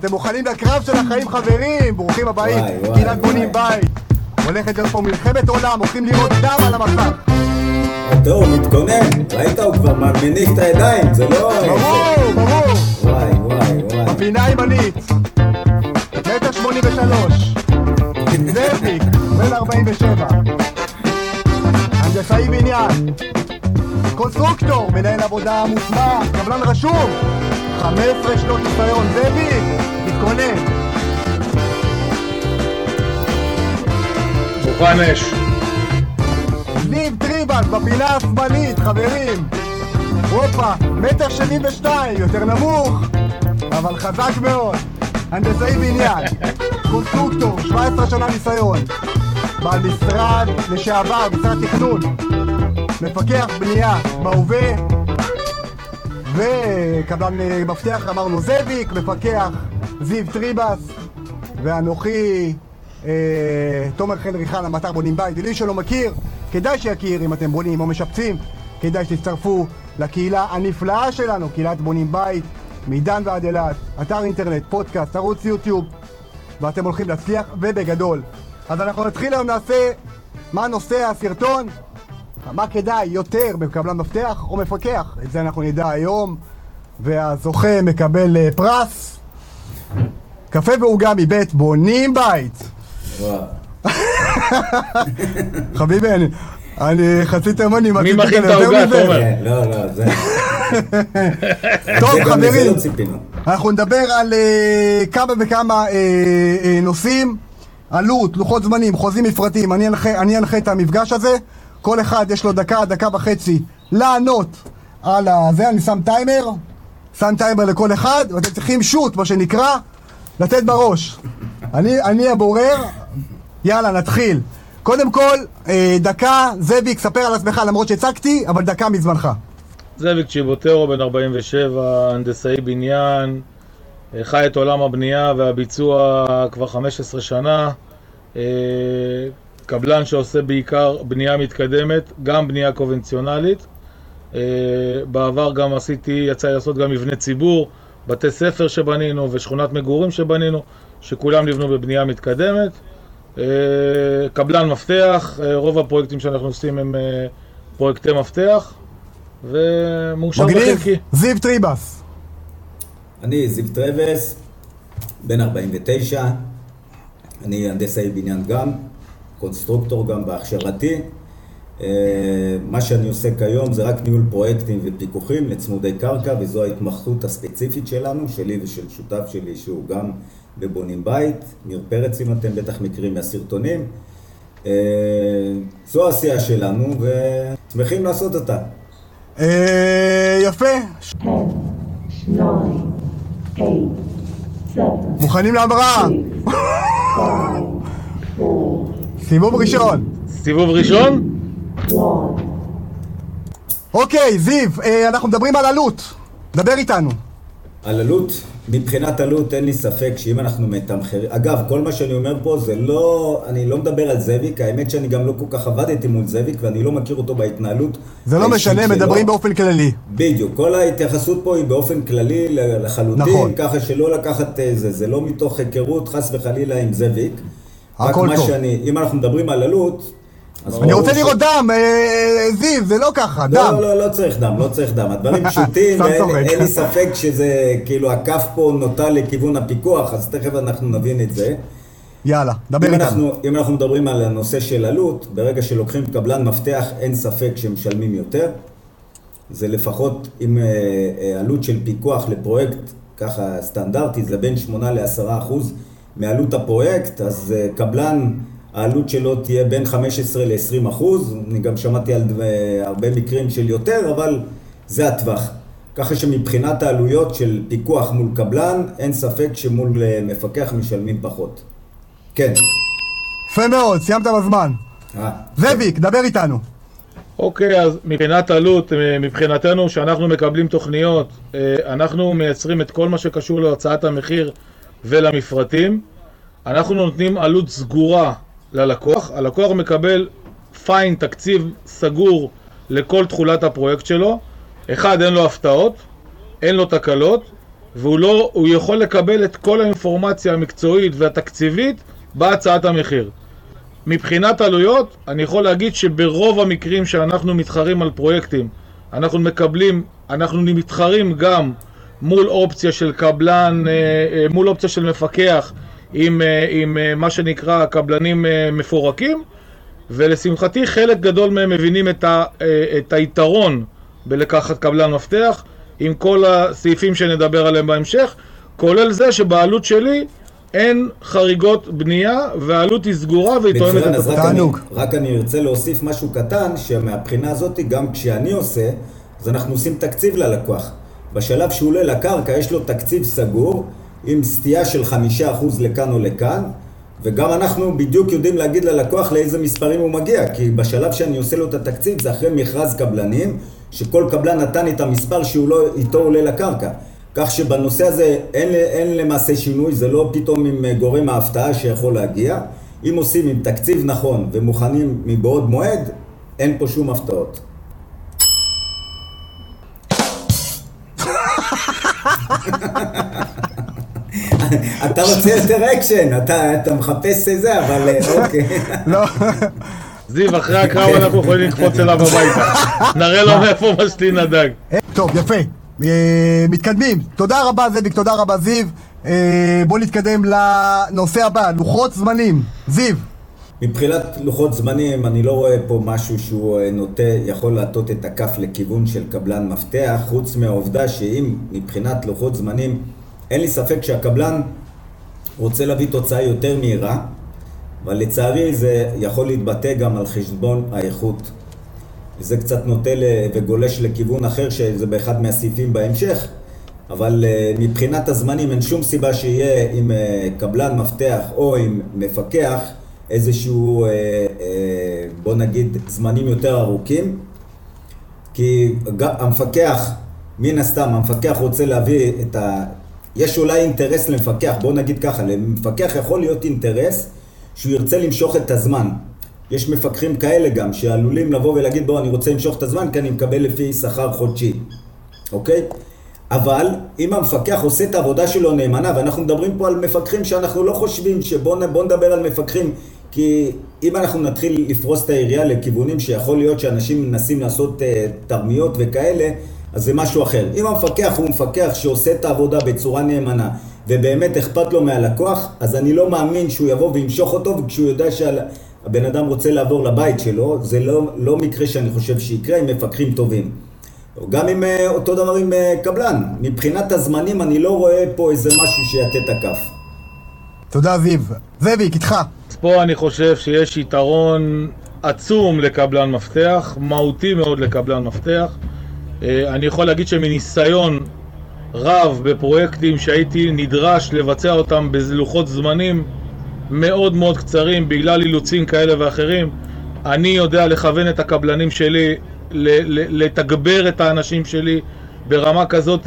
אתם מוכנים לקרב של החיים חברים? ברוכים הבאים, קהילת בונים בית. הולכת להיות פה מלחמת עולם, הולכים לראות דם על המסך. הוא מתכונן, ראית הוא כבר מניף את הידיים, זה לא... ברור. וואי. הפינה ימנית, 1.83 זאביק, בן 47, הנדסאי בניין, קונסטרוקטור, מנהל עבודה מוסמך, קבלן רשום, 15 שנות ניסיון. זאביק, מתכונן. מוכן אש. זיו טריבס בפינה השמאלית, חברים. הופה, 1.72, יותר נמוך, אבל חזק מאוד. הנדסאי בניין, קונסטרוקטור, 17 שנה ניסיון, בעל משרד לשעבר, משרד תכנון, מפקח בנייה בהווה, וקבלן מפתח אמרנו זאביק, מפקח זיו טריבס, ואנוכי תומר חן ריחן, המטר בונים בית. ומי שלא מכיר, כדאי שיכיר. אם אתם בונים או משפצים, כדאי שתצטרפו לקהילה הנפלאה שלנו, קהילת בונים בית, מדן ועד אילת, אתר אינטרנט, פודקאסט, ערוץ יוטיוב, ואתם הולכים להצליח ובגדול. אז אנחנו נתחיל היום, נעשה מה נושא הסרטון, מה כדאי יותר בקבלן מפתח או מפקח. את זה אנחנו נדע היום, והזוכה מקבל פרס קפה ועוגה מבית בונים בית. חביבי, אני חצי תימני, מי מכין את העוגה, תומר? לא, זה... טוב חברים, אנחנו נדבר על כמה וכמה נושאים, עלות, לוחות זמנים, חוזים מפרטים. אני אנחה את המפגש הזה, כל אחד יש לו דקה וחצי לענות על זה. אני שם טיימר לכל אחד, ואתם צריכים שוט, מה שנקרא, לתת בראש. אני הבורר. יאללה, נתחיל. קודם כל, דקה. זאביק, ספר על עצמך, למרות שהצגתי, אבל דקה מזמנך. זאביק צ'יבוטרו, בן 47, הנדסאי בניין, חי את עולם הבנייה והביצוע כבר 15 שנה, קבלן שעושה בעיקר בנייה מתקדמת, גם בנייה קונבנציונלית. בעבר גם יצא לעשות גם מבני ציבור, בתי ספר שבנינו ושכונת מגורים שבנינו, שכולם נבנו בבנייה מתקדמת. קבלן מפתח, רוב הפרויקטים שאנחנו עושים הם פרויקטי מפתח, ומאושר בחלקי. זיו טריבס. אני זיו טריבס, בן 49, אני הנדסאי בניין גם, קונסטרוקטור גם בהכשרתי. מה שאני עושה כיום זה רק ניהול פרויקטים ופיקוחים לצמודי קרקע, וזו ההתמחות הספציפית שלנו, שלי ושל שותף שלי שהוא גם בבונים בית, ניר פרץ, אם אתם בטח מכירים מהסרטונים. זו העשייה שלנו ושמחים לעשות אותה. יפה. 10, 9, 8, 7. מוכנים להמראה? סיבוב ראשון? אוקיי, זיו, אנחנו מדברים על עלות. דבר איתנו. על עלות, מבחינת עלות אין לי ספק שאם אנחנו מתמחרים, אגב, כל מה שאני אומר פה זה לא, אני לא מדבר על זאביק, האמת שאני גם לא כל כך עבדתי מול זאביק ואני לא מכיר אותו בהתנהלות. זה לא משנה, מדברים באופן כללי. בדיוק, כל ההתייחסות פה היא באופן כללי לחלוטין, נכון. ככה שלא לקחת זה לא מתוך היכרות חס וחלילה עם זאביק. הכל טוב. אם אנחנו מדברים על עלות, אני רוצה לראות דם, זיו, זה לא ככה, דם. לא צריך דם, הדברים פשוטים, אין לי ספק שזה, כאילו, הכף פה נוטה לכיוון הפיקוח, אז תכף אנחנו נבין את זה. יאללה, דבר איתנו. אם אנחנו מדברים על הנושא של עלות, ברגע שלוקחים קבלן מפתח, אין ספק שמשלמים יותר. זה לפחות עם עלות של פיקוח לפרויקט, ככה סטנדרטי, זה בין 8-10% מעלות הפרויקט, אז קבלן, העלות שלו תהיה בין 15-20%, אני גם שמעתי על הרבה מקרים של יותר, אבל זה הטווח. ככה שמבחינת העלויות של פיקוח מול קבלן, אין ספק שמול מפקח משלמים פחות. כן. יפה מאוד, סיימת בזמן. זאביק, דבר איתנו. אוקיי, אז מבחינת עלות, מבחינתנו שאנחנו מקבלים תוכניות, אנחנו מייצרים את כל מה שקשור להוצאת המחיר ולמפרטים. אנחנו נותנים עלות סגורה ללקוח, הלקוח מקבל פיין, תקציב סגור לכל תחולת הפרויקט שלו. אחד, אין לו הפתעות, אין לו תקלות, הוא יכול לקבל את כל האינפורמציה המקצועית והתקציבית בהצעת המחיר. מבחינת עלויות, אני יכול להגיד שברוב המקרים שאנחנו מתחרים על פרויקטים, אנחנו מתחרים גם מול אופציה של קבלן, מול אופציה של מפקח, עם מה שנקרא קבלנים מפורקים, ולשמחתי חלק גדול מהם מבינים את היתרון בלקחת קבלן מפתח, עם כל הסעיפים שנדבר עליהם בהמשך, כולל זה שבעלות שלי אין חריגות בנייה, והעלות היא סגורה והיא תואמת את התענוג. רק אני ארצה להוסיף משהו קטן, שמהבחינה הזאת, גם כשאני עושה, אז אנחנו עושים תקציב ללקוח. בשלב שהוא עולה לקרקע, יש לו תקציב סגור, עם סטייה של 5% לכאן או לכאן, וגם אנחנו בדיוק יודעים להגיד ללקוח לאיזה מספרים הוא מגיע, כי בשלב שאני עושה לו את התקציב, זה אחרי מכרז קבלנים, שכל קבלן נתן את המספר שהוא לא איתו עולה לקרקע. כך שבנושא הזה אין למעשה שינוי, זה לא פתאום עם גורם ההפתעה שיכול להגיע. אם עושים עם תקציב נכון ומוכנים מבעוד מועד, אין פה שום הפתעות. אתה רוצה יותר אקשן, אתה מחפש זה, אבל אוקיי. לא. זיו, אחרי הקרב אנחנו יכולים לקפוץ אליו הביתה. נראה לו מאיפה משתין הדג. טוב, יפה. מתקדמים. תודה רבה זאביק, תודה רבה זיו. בוא נתקדם לנושא הבא, לוחות זמנים. זיו. מבחינת לוחות זמנים, אני לא רואה פה משהו שהוא יכול להטות את הכף לכיוון של קבלן מפתח, חוץ מהעובדה שאם מבחינת לוחות זמנים, אין לי ספק שהקבלן רוצה להביא תוצאה יותר מהירה, אבל לצערי זה יכול להתבטא גם על חשבון האיכות. וזה קצת נוטה וגולש לכיוון אחר, שזה באחד מהסעיפים בהמשך, אבל מבחינת הזמנים אין שום סיבה שיהיה עם קבלן מפתח או עם מפקח איזשהו, בוא נגיד, זמנים יותר ארוכים, כי המפקח, מן הסתם, המפקח רוצה להביא את יש אולי אינטרס למפקח, בוא נגיד ככה, למפקח יכול להיות אינטרס שהוא ירצה למשוך את הזמן. יש מפקחים כאלה גם שעלולים לבוא ולהגיד בוא אני רוצה למשוך את הזמן כי אני מקבל לפי שכר חודשי, אוקיי? אבל אם המפקח עושה את העבודה שלו נאמנה, ואנחנו מדברים פה על מפקחים שאנחנו לא חושבים שבוא נדבר על מפקחים, כי אם אנחנו נתחיל לפרוס את העירייה לכיוונים שיכול להיות שאנשים מנסים לעשות תרמיות וכאלה, אז זה משהו אחר. אם המפקח הוא מפקח שעושה את העבודה בצורה נאמנה, ובאמת אכפת לו מהלקוח, אז אני לא מאמין שהוא יבוא וימשוך אותו, וכשהוא יודע שהבן אדם רוצה לעבור לבית שלו, זה לא מקרה שאני חושב שיקרה עם מפקחים טובים. גם עם אותו דבר עם קבלן. מבחינת הזמנים אני לא רואה פה איזה משהו שיתה את הכף. תודה זיו. זאביק, איתך. אז פה אני חושב שיש יתרון עצום לקבלן מפתח, מהותי מאוד לקבלן מפתח. אני יכול להגיד שמניסיון רב בפרויקטים שהייתי נדרש לבצע אותם בלוחות זמנים מאוד מאוד קצרים בגלל אילוצים כאלה ואחרים, אני יודע לכוון את הקבלנים שלי, לתגבר את האנשים שלי ברמה כזאת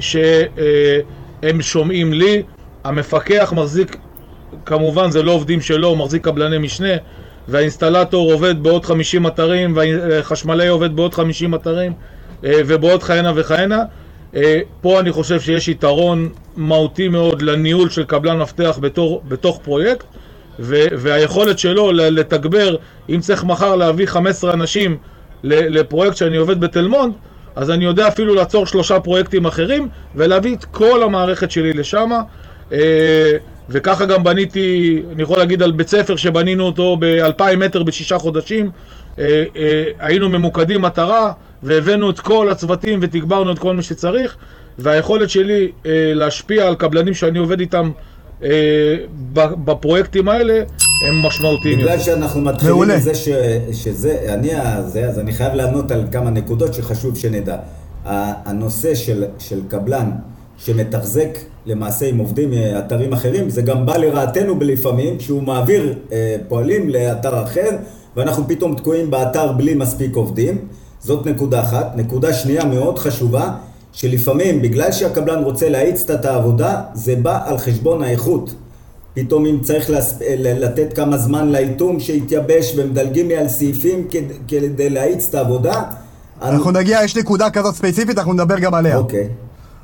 שהם שומעים לי. המפקח מחזיק, כמובן זה לא עובדים שלו, הוא מחזיק קבלני משנה, והאינסטלטור עובד בעוד 50 אתרים, והחשמלי עובד בעוד 50 אתרים, ובעוד כהנה וכהנה. פה אני חושב שיש יתרון מהותי מאוד לניהול של קבלן מפתח בתוך פרויקט, והיכולת שלו לתגבר, אם צריך מחר להביא 15 אנשים לפרויקט שאני עובד בתל מונד, אז אני יודע אפילו לעצור 3 פרויקטים אחרים ולהביא את כל המערכת שלי לשם. וככה גם בניתי, אני יכול להגיד על בית ספר שבנינו אותו ב-2,000 מטר ב6 חודשים. היינו ממוקדים מטרה והבאנו את כל הצוותים ותגברנו את כל מה שצריך, והיכולת שלי להשפיע על קבלנים שאני עובד איתם בפרויקטים האלה הם משמעותיים. בגלל שאנחנו מתחילים מזה שזה, אז אני חייב לענות על כמה נקודות שחשוב שנדע. הנושא של קבלן שמתחזק למעשה עם עובדים מאתרים אחרים, זה גם בא לרעתנו בלפעמים, כשהוא מעביר פועלים לאתר אחר, ואנחנו פתאום תקועים באתר בלי מספיק עובדים. זאת נקודה אחת. נקודה שנייה מאוד חשובה, שלפעמים בגלל שהקבלן רוצה להאיץ את העבודה, זה בא על חשבון האיכות. פתאום אם צריך לתת כמה זמן לאיתום שהתייבש ומדלגים לי על סעיפים כדי להאיץ את העבודה. אנחנו נגיע, יש נקודה כזאת ספציפית, אנחנו נדבר גם עליה. אוקיי.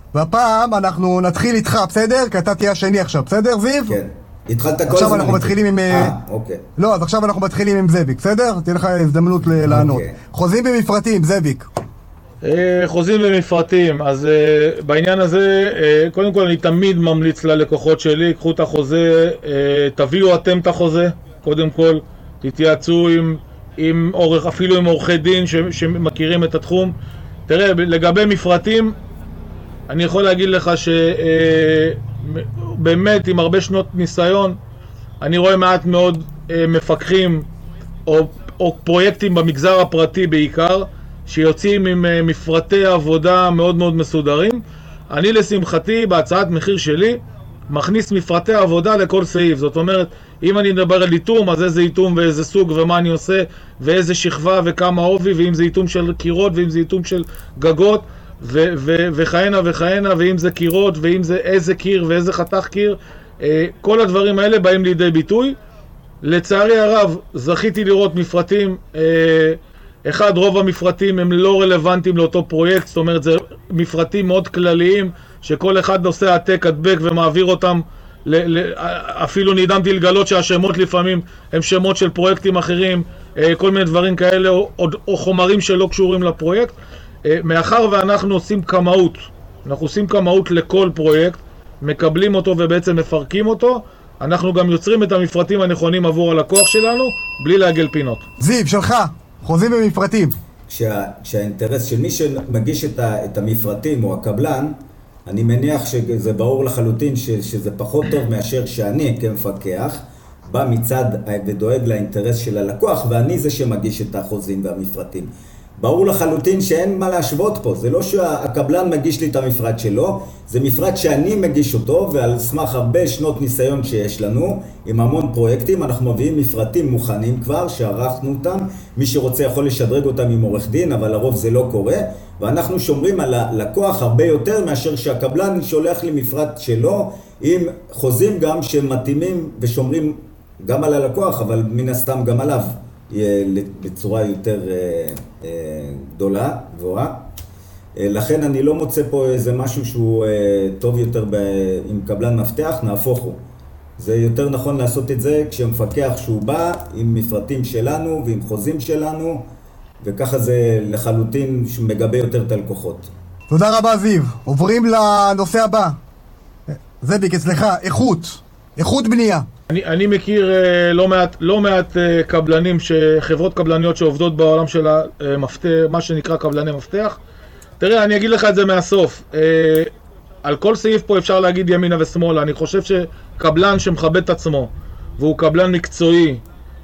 והפעם אנחנו נתחיל איתך, בסדר? כי אתה תהיה השני עכשיו, בסדר זיו? כן. התחלת כל הזמן. עכשיו אנחנו מתחילים עם... אוקיי. לא, אז עכשיו אנחנו מתחילים עם זאביק, בסדר? תהיה לך הזדמנות לענות. חוזים במפרטים, זאביק. חוזים ומפרטים, אז בעניין הזה, קודם כל אני תמיד ממליץ ללקוחות שלי, קחו את החוזה, תביאו אתם את החוזה, קודם כל, תתייעצו אפילו עם עורכי דין שמכירים את התחום. תראה, לגבי מפרטים, אני יכול להגיד לך שבאמת עם הרבה שנות ניסיון, אני רואה מעט מאוד מפקחים או פרויקטים במגזר הפרטי בעיקר, שיוצאים עם מפרטי עבודה מאוד מאוד מסודרים. אני לשמחתי, בהצעת מחיר שלי, מכניס מפרטי עבודה לכל סעיף. זאת אומרת, אם אני מדבר על איתום, אז איזה איתום ואיזה סוג ומה אני עושה, ואיזה שכבה וכמה עובי, ואם זה איתום של קירות, ואם זה איתום של גגות, וכהנה וכהנה, ואם זה קירות, ואם זה איזה קיר ואיזה חתך קיר, כל הדברים האלה באים לידי ביטוי. לצערי הרב, זכיתי לראות מפרטים, רוב המפרטים הם לא רלוונטיים לאותו פרויקט, זאת אומרת, זה מפרטים מאוד כלליים, שכל אחד עושה העתק הדבק ומעביר אותם, אפילו נדהמתי לגלות שהשמות לפעמים הם שמות של פרויקטים אחרים, כל מיני דברים כאלה, או חומרים שלא קשורים לפרויקט. מאחר ואנחנו עושים כמאות, אנחנו עושים כמאות לכל פרויקט, מקבלים אותו ובעצם מפרקים אותו, אנחנו גם יוצרים את המפרטים הנכונים עבור הלקוח שלנו, בלי לעגל פינות. זיו, שלך, חוזים במפרטים. כשהאינטרס של מי שמגיש את המפרטים או הקבלן, אני מניח שזה ברור לחלוטין שזה פחות טוב מאשר שאני כמפקח, בא מצד ודואג לאינטרס של הלקוח, ואני זה שמגיש את החוזים והמפרטים. ברור לחלוטין שאין מה להשוות פה, זה לא שהקבלן מגיש לי את המפרט שלו, זה מפרט שאני מגיש אותו, ועל סמך הרבה שנות ניסיון שיש לנו, עם המון פרויקטים, אנחנו מביאים מפרטים מוכנים כבר, שערכנו אותם, מי שרוצה יכול לשדרג אותם עם עורך דין, אבל לרוב זה לא קורה, ואנחנו שומרים על הלקוח הרבה יותר מאשר שהקבלן שולח לי מפרט שלו, עם חוזים גם שמתאימים ושומרים גם על הלקוח, אבל מן הסתם גם עליו. בצורה יותר גבוהה. לכן אני לא מוצא פה איזה משהו שהוא טוב יותר עם קבלן מפתח, נהפוך הוא. זה יותר נכון לעשות את זה כשמפקח שהוא בא עם מפרטים שלנו ועם חוזים שלנו, וככה זה לחלוטין שמגבה יותר את הלקוחות. תודה רבה זיו. עוברים לנושא הבא. זאביק, אצלך, איכות בנייה. אני מכיר לא מעט קבלנים, חברות קבלניות שעובדות בעולם של המפתח, מה שנקרא קבלני מפתח. תראה, אני אגיד לך את זה מהסוף. על כל סעיף פה אפשר להגיד ימינה ושמאלה. אני חושב שקבלן שמכבד את עצמו, והוא קבלן מקצועי,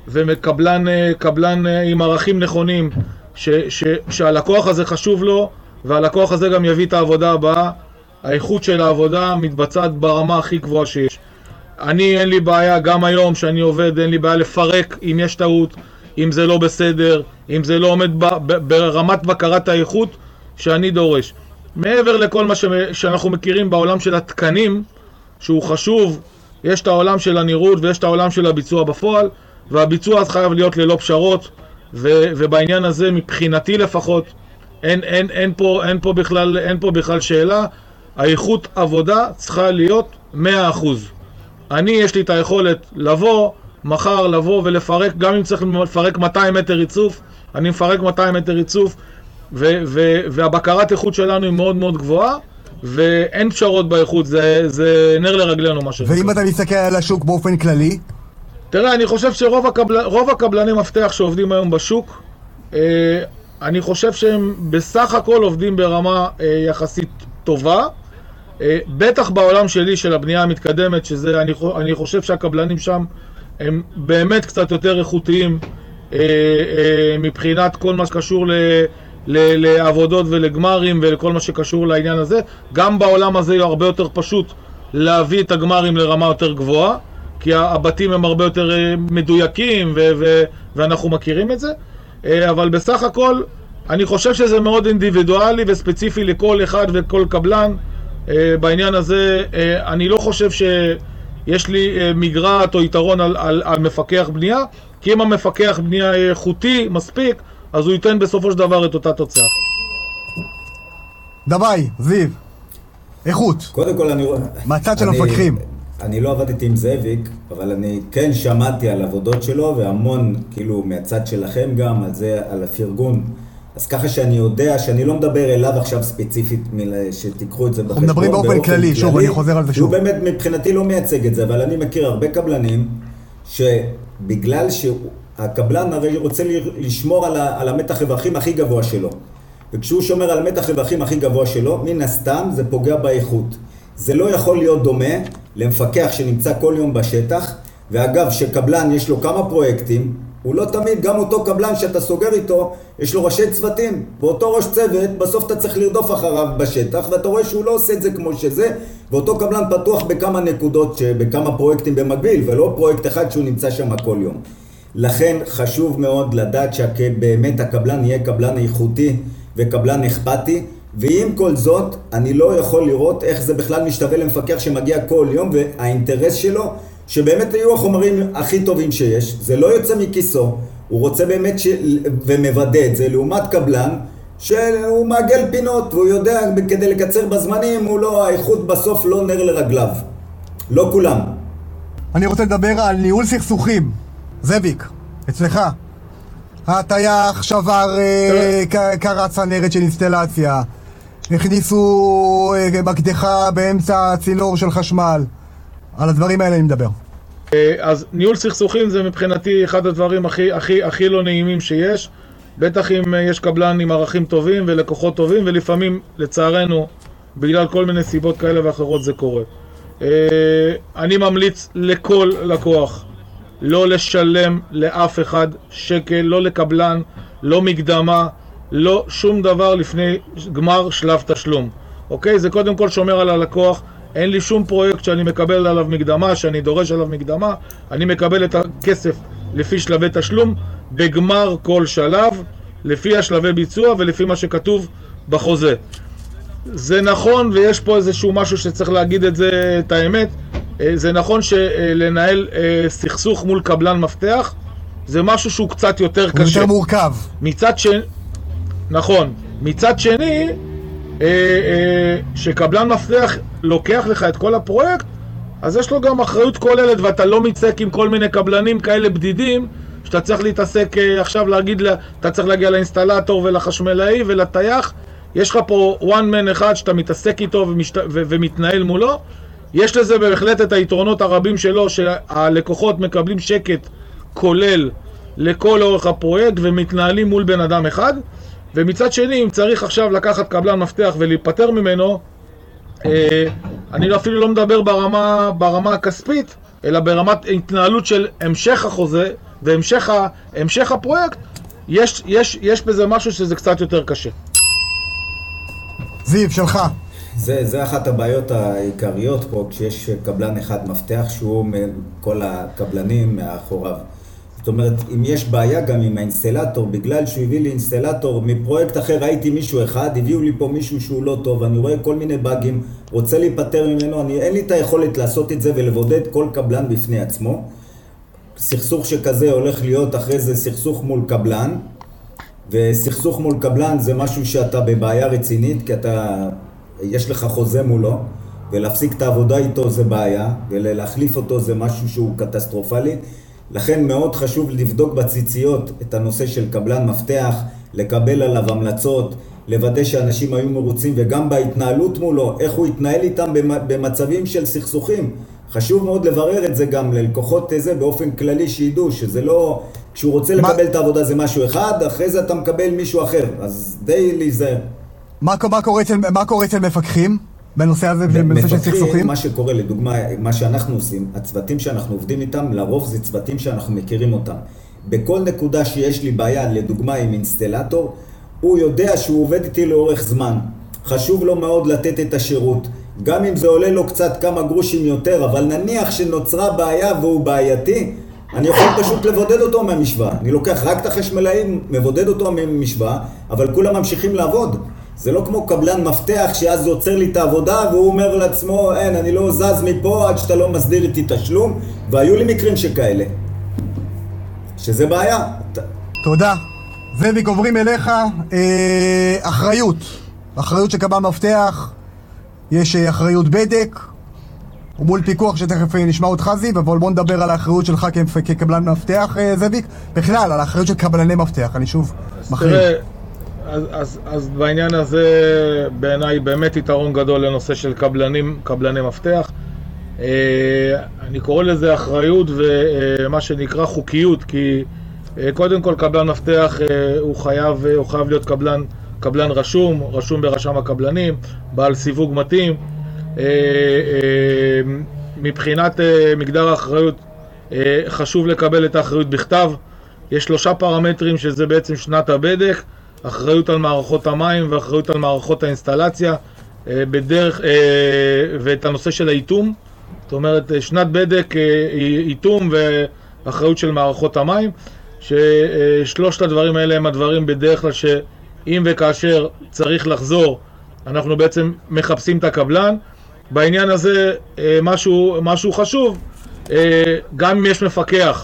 וקבלן עם ערכים נכונים, שהלקוח הזה חשוב לו, והלקוח הזה גם יביא את העבודה הבאה, האיכות של העבודה מתבצעת ברמה הכי גבוהה שיש. אין לי בעיה, גם היום שאני עובד, אין לי בעיה לפרק אם יש טעות, אם זה לא בסדר, אם זה לא עומד ברמת בקרת האיכות שאני דורש. מעבר לכל מה שאנחנו מכירים בעולם של התקנים, שהוא חשוב, יש את העולם של הנראות ויש את העולם של הביצוע בפועל, והביצוע אז חייב להיות ללא פשרות, ובעניין הזה מבחינתי לפחות, אין פה בכלל שאלה, האיכות עבודה צריכה להיות 100%. יש לי את היכולת מחר לבוא ולפרק, גם אם צריך לפרק 200 מטר ריצוף, אני מפרק 200 מטר ריצוף, והבקרת איכות שלנו היא מאוד מאוד גבוהה, ואין פשרות באיכות, זה נר לרגלינו מה שזה. ואם אתה מסתכל על השוק באופן כללי? תראה, אני חושב שרוב הקבלני מפתח שעובדים היום בשוק, אני חושב שהם בסך הכל עובדים ברמה יחסית טובה, בטח בעולם שלי של הבנייה המתקדמת, שזה אני חושב שהקבלנים שם הם באמת קצת יותר איכותיים מבחינת כל מה שקשור לעבודות ולגמרים ולכל מה שקשור לעניין הזה. גם בעולם הזה הרבה יותר פשוט להביא את הגמרים לרמה יותר גבוהה, כי הבתים הם הרבה יותר מדויקים ואנחנו מכירים את זה, אבל בסך הכל אני חושב שזה מאוד אינדיבידואלי וספציפי לכל אחד וכל קבלן. בעניין הזה אני לא חושב שיש לי מגרעת או יתרון על מפקח בנייה, כי אם המפקח בנייה איכותי מספיק, אז הוא ייתן בסופו של דבר את אותה תוצאה. דווי, זיו. איכות. קודם כל מהצד של המפקחים. אני לא עבדתי עם זאביק, אבל אני כן שמעתי על עבודות שלו, והמון, כאילו, מהצד שלכם גם, על זה, על הפרגון. אז ככה שאני יודע שאני לא מדבר אליו עכשיו ספציפית, שתיקחו את זה בחשבון. אנחנו מדברים באופן כללי, שוב, אני חוזר על זה שוב. הוא באמת מבחינתי לא מייצג את זה, אבל אני מכיר הרבה קבלנים, שבגלל שהקבלן הרי רוצה לשמור על המתח רווחים הכי גבוה שלו. וכשהוא שומר על המתח רווחים הכי גבוה שלו, מן הסתם זה פוגע באיכות. זה לא יכול להיות דומה למפקח שנמצא כל יום בשטח, ואגב, שקבלן יש לו כמה פרויקטים, הוא לא תמיד, גם אותו קבלן שאתה סוגר איתו, יש לו ראשי צוותים. באותו ראש צוות, בסוף אתה צריך לרדוף אחריו בשטח, ואתה רואה שהוא לא עושה את זה כמו שזה, ואותו קבלן פתוח בכמה נקודות, בכמה פרויקטים במקביל, ולא פרויקט אחד שהוא נמצא שם כל יום. לכן חשוב מאוד לדעת שבאמת הקבלן יהיה קבלן איכותי וקבלן אכפתי, ועם כל זאת, אני לא יכול לראות איך זה בכלל משתווה למפקח שמגיע כל יום, והאינטרס שלו, שבאמת יהיו החומרים הכי טובים שיש, זה לא יוצא מכיסו, הוא רוצה באמת ומוודא את זה, לעומת קבלן, שהוא מעגל פינות, והוא יודע כדי לקצר בזמנים, האיכות בסוף לא נר לרגליו. לא כולם. אני רוצה לדבר על ניהול סכסוכים. זאביק, אצלך. הטייח שבר קרץ צנרת של אינסטלציה, הכניסו מקדחה באמצע צינור של חשמל. על הדברים האלה אני מדבר. אז ניהול סכסוכים זה מבחינתי אחד הדברים הכי לא נעימים שיש. בטח אם יש קבלן עם ערכים טובים ולקוחות טובים, ולפעמים לצערנו בגלל כל מיני סיבות כאלה ואחרות זה קורה. אני ממליץ לכל לקוח לא לשלם לאף אחד שקל, לא לקבלן, לא מקדמה, לא שום דבר לפני גמר שלב תשלום. אוקיי? זה קודם כל שומר על הלקוח. אין לי שום פרויקט שאני מקבל עליו מקדמה, שאני דורש עליו מקדמה. אני מקבל את הכסף לפי שלבי תשלום, בגמר כל שלב, לפי השלבי ביצוע ולפי מה שכתוב בחוזה. זה נכון, ויש פה איזשהו משהו שצריך להגיד את האמת. זה נכון שלנהל סכסוך מול קבלן מפתח, זה משהו שהוא קצת יותר קשה. הוא יותר מורכב. נכון. מצד שני, שקבלן מפתח לוקח לך את כל הפרויקט, אז יש לו גם אחריות כוללת, ואתה לא מתעסק עם כל מיני קבלנים כאלה בדידים, שאתה צריך להתעסק עכשיו אתה צריך להגיע לאינסטלטור ולחשמלאי ולטייח. יש לך פה one man אחד שאתה מתעסק איתו ומתנהל מולו. יש לזה בהחלט את היתרונות הרבים שלו, שהלקוחות מקבלים שקט כולל לכל אורך הפרויקט ומתנהלים מול בן אדם אחד. ומצד שני, אם צריך עכשיו לקחת קבלן מפתח ולהיפטר ממנו, אני אפילו לא מדבר ברמה הכספית, אלא ברמת התנהלות של המשך החוזה והמשך הפרויקט, יש בזה משהו שזה קצת יותר קשה. זיו, שלך. זה אחת הבעיות העיקריות פה, כשיש קבלן אחד מפתח שהוא מכל הקבלנים מאחוריו. זאת אומרת, אם יש בעיה גם עם האינסטלטור, בגלל שהוא הביא לי אינסטלטור מפרויקט אחר, ראיתי מישהו אחד, הביאו לי פה מישהו שהוא לא טוב, אני רואה כל מיני באגים, רוצה להיפטר ממנו, אין לי את היכולת לעשות את זה ולבודד כל קבלן בפני עצמו. סכסוך שכזה הולך להיות אחרי זה סכסוך מול קבלן, וסכסוך מול קבלן זה משהו שאתה בבעיה רצינית, כי יש לך חוזה מולו, ולהפסיק את העבודה איתו זה בעיה, ולהחליף אותו זה משהו שהוא קטסטרופלי. לכן מאוד חשוב לבדוק בציציות את הנושא של קבלן מפתח, לקבל עליו המלצות, לוודא שאנשים היו מרוצים, וגם בהתנהלות מולו, איך הוא התנהל איתם במצבים של סכסוכים. חשוב מאוד לברר את זה גם ללקוחות זה באופן כללי שידעו, שזה לא, כשהוא רוצה לקבל את העבודה זה משהו אחד, אחרי זה אתה מקבל מישהו אחר, אז די להיזהר. מה קורה אצל מפקחים בנושא הזה, בנושא של סכסוכים? מה שקורה, לדוגמה, מה שאנחנו עושים, הצוותים שאנחנו עובדים איתם, לרוב זה צוותים שאנחנו מכירים אותם. בכל נקודה שיש לי בעיה, לדוגמה עם אינסטלטור, הוא יודע שהוא עובד איתי לאורך זמן. חשוב לו מאוד לתת את השירות. גם אם זה עולה לו קצת כמה גרושים יותר, אבל נניח שנוצרה בעיה והוא בעייתי, אני יכול פשוט לבודד אותו מהמשוואה. אני לוקח רק את החשמלאים, מבודד אותו מהמשוואה, אבל כולם ממשיכים לעבוד. זה לא כמו קבלן מפתח שאז זה עוצר לי את העבודה והוא אומר לעצמו, אין, אני לא זז מפה עד שאתה לא מסדיר איתי תשלום, והיו לי מקרים שכאלה. שזה בעיה. תודה. זאביק, עוברים אליך, אחריות של קבלן מפתח. יש אחריות בדק, מול פיקוח שתכף נשמע אותך זיו, אבל בוא נדבר על האחריות שלך כקבלן מפתח, זאביק, בכלל, על האחריות של קבלני מפתח, אני שוב מחריב. אז בעניין הזה בעיניי באמת יתרון גדול לנושא של קבלני מפתח. אני קורא לזה אחריות ומה שנקרא חוקיות, כי קודם כל קבלן מפתח הוא חייב להיות קבלן רשום ברשם הקבלנים, בעל סיווג מתאים. מבחינת מגדר האחריות חשוב לקבל את האחריות בכתב. יש 3 פרמטרים שזה בעצם שנת הבדק, אחריות על מערכות המים ואחריות על מערכות האינסטלציה ואת הנושא של האיתום. זאת אומרת, שנת בדק, איתום ואחריות של מערכות המים, ששלושת הדברים האלה הם הדברים בדרך כלל שאם וכאשר צריך לחזור אנחנו בעצם מחפשים את הקבלן. בעניין הזה משהו חשוב, גם אם יש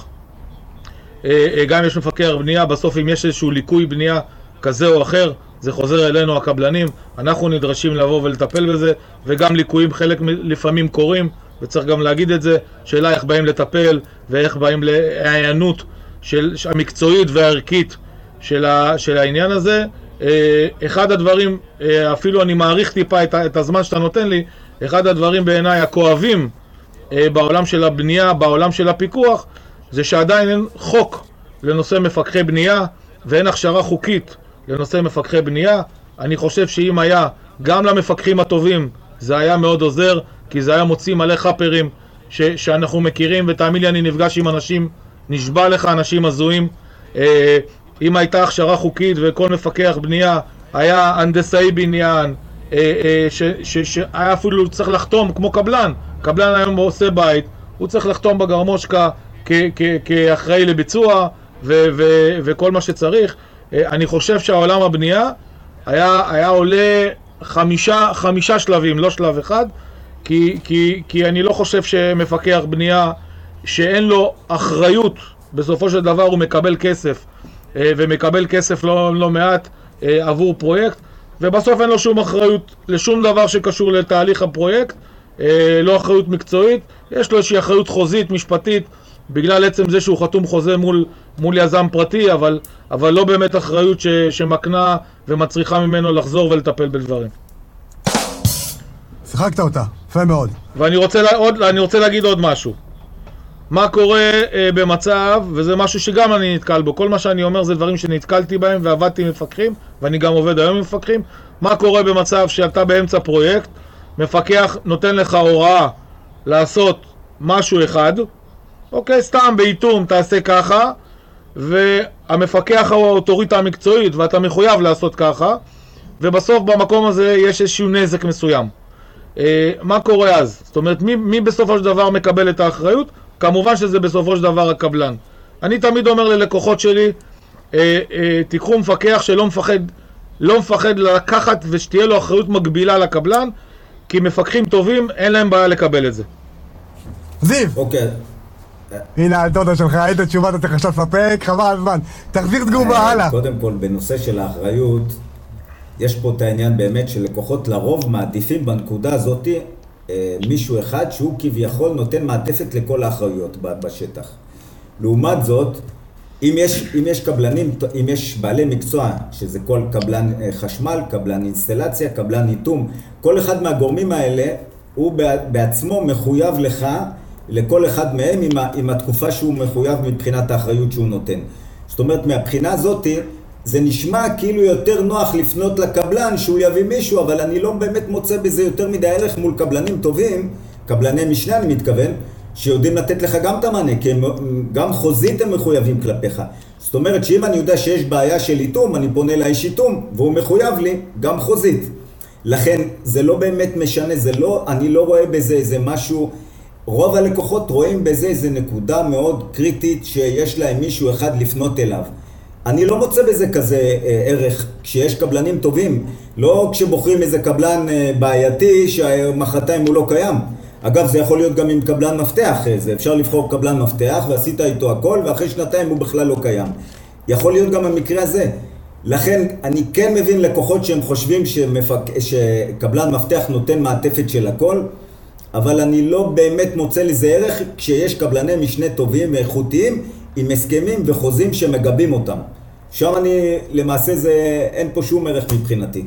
מפקח בנייה, בסוף אם יש איזשהו ליקוי בנייה כזה או אחר, זה חוזר אלינו הקבלנים, אנחנו נדרשים לבוא ולטפל בזה, וגם ליקויים חלק לפעמים קורים, וצריך גם להגיד את זה, שאלה איך באים לטפל ואיך באים להעיינות המקצועית והערכית של העניין הזה. אחד הדברים, אפילו אני מעריך טיפה את הזמן שאתה נותן לי, אחד הדברים בעיניי הכואבים בעולם של הבנייה, בעולם של הפיקוח, זה שעדיין אין חוק לנושא מפקחי בנייה ואין הכשרה חוקית לנושא מפקחי בנייה. אני חושב שאם היה גם למפקחים הטובים זה היה מאוד עוזר, כי זה היה מוציא מלא חפרים שאנחנו מכירים, ותאמין לי אני נפגש עם אנשים, נשבע לך אנשים הזויים. אם הייתה הכשרה חוקית וכל מפקח בנייה היה הנדסאי בניין, שהיה אפילו צריך לחתום כמו קבלן היום עושה בית, הוא צריך לחתום בגרמושקה כאחראי לביצוע וכל מה שצריך. אני חושב שהעולם הבנייה היה עולה 5 שלבים, לא שלב אחד, כי אני לא חושב שמפקח בנייה שאין לו אחריות, בסופו של דבר הוא מקבל כסף, ומקבל כסף לא מעט עבור פרויקט, ובסוף אין לו שום אחריות לשום דבר שקשור לתהליך הפרויקט, לא אחריות מקצועית, יש לו איזושהי אחריות חוזית, משפטית, בגלל עצם זה שהוא חתום חוזה מול יזם פרטי, אבל לא באמת אחריות שמקנה ומצריכה ממנו לחזור ולטפל בדברים. שיחקת אותה, יפה מאוד. ואני רוצה להגיד עוד משהו. מה קורה במצב, וזה משהו שגם אני נתקל בו, כל מה שאני אומר זה דברים שנתקלתי בהם ועבדתי עם מפקחים, ואני גם עובד היום עם מפקחים. מה קורה במצב שאתה באמצע פרויקט, מפקח נותן לך הוראה לעשות משהו אחד, אוקיי, סתם באיתום תעשה ככה, והמפקח הוא האוטוריטה המקצועית ואתה מחויב לעשות ככה, ובסוף במקום הזה יש איזשהו נזק מסוים. מה קורה אז? זאת אומרת, מי בסופו של דבר מקבל את האחריות? כמובן שזה בסופו של דבר הקבלן. אני תמיד אומר ללקוחות שלי, תיקחו מפקח שלא מפחד לקחת ושתהיה לו אחריות מקבילה לקבלן, כי מפקחים טובים אין להם בעיה לקבל את זה. זיו! אוקיי. הנה התודה שלך, היית תשובה, אתה צריך עכשיו לספק, חבל על זמן. תחזיר תגובה, הלאה. קודם כל, בנושא של האחריות, יש פה את העניין באמת שלקוחות לרוב מעדיפים בנקודה הזאת מישהו אחד שהוא כביכול נותן מעטפת לכל האחריות בשטח. לעומת זאת, אם יש קבלנים, אם יש בעלי מקצוע, שזה כל קבלן חשמל, קבלן אינסטלציה, קבלן איתום, כל אחד מהגורמים האלה הוא בעצמו מחויב לך, לכל אחד מהם עם התקופה שהוא מחויב מבחינת האחריות שהוא נותן. זאת אומרת, מהבחינה הזאת, זה נשמע כאילו יותר נוח לפנות לקבלן שהוא יביא מישהו, אבל אני לא באמת מוצא בזה יותר מדי ערך מול קבלנים טובים, קבלני משנה אני מתכוון, שיודעים לתת לך גם את המענה, כי גם חוזית הם מחויבים כלפיך. זאת אומרת שאם אני יודע שיש בעיה של איתום, אני פונה לאיש איתום, והוא מחויב לי גם חוזית. לכן זה לא באמת משנה, אני לא רואה בזה איזה משהו, רוב הלקוחות רואים בזה איזה נקודה מאוד קריטית שיש להם מישהו אחד לפנות אליו. אני לא מוצא בזה כזה ערך כשיש קבלנים טובים, לא כשבוחרים איזה קבלן בעייתי שמחרתיים הוא לא קיים. אגב, זה יכול להיות גם עם קבלן מפתח, זה אפשר לבחור קבלן מפתח ועשית איתו הכל ואחרי שנתיים הוא בכלל לא קיים. יכול להיות גם המקרה הזה. לכן אני כן מבין לקוחות שהם חושבים שקבלן מפתח נותן מעטפת של הכל, אבל אני לא באמת מוצא לזה ערך כשיש קבלני משנה טובים ואיכותיים עם הסכמים וחוזים שמגבים אותם. שם למעשה אין פה שום ערך מבחינתי.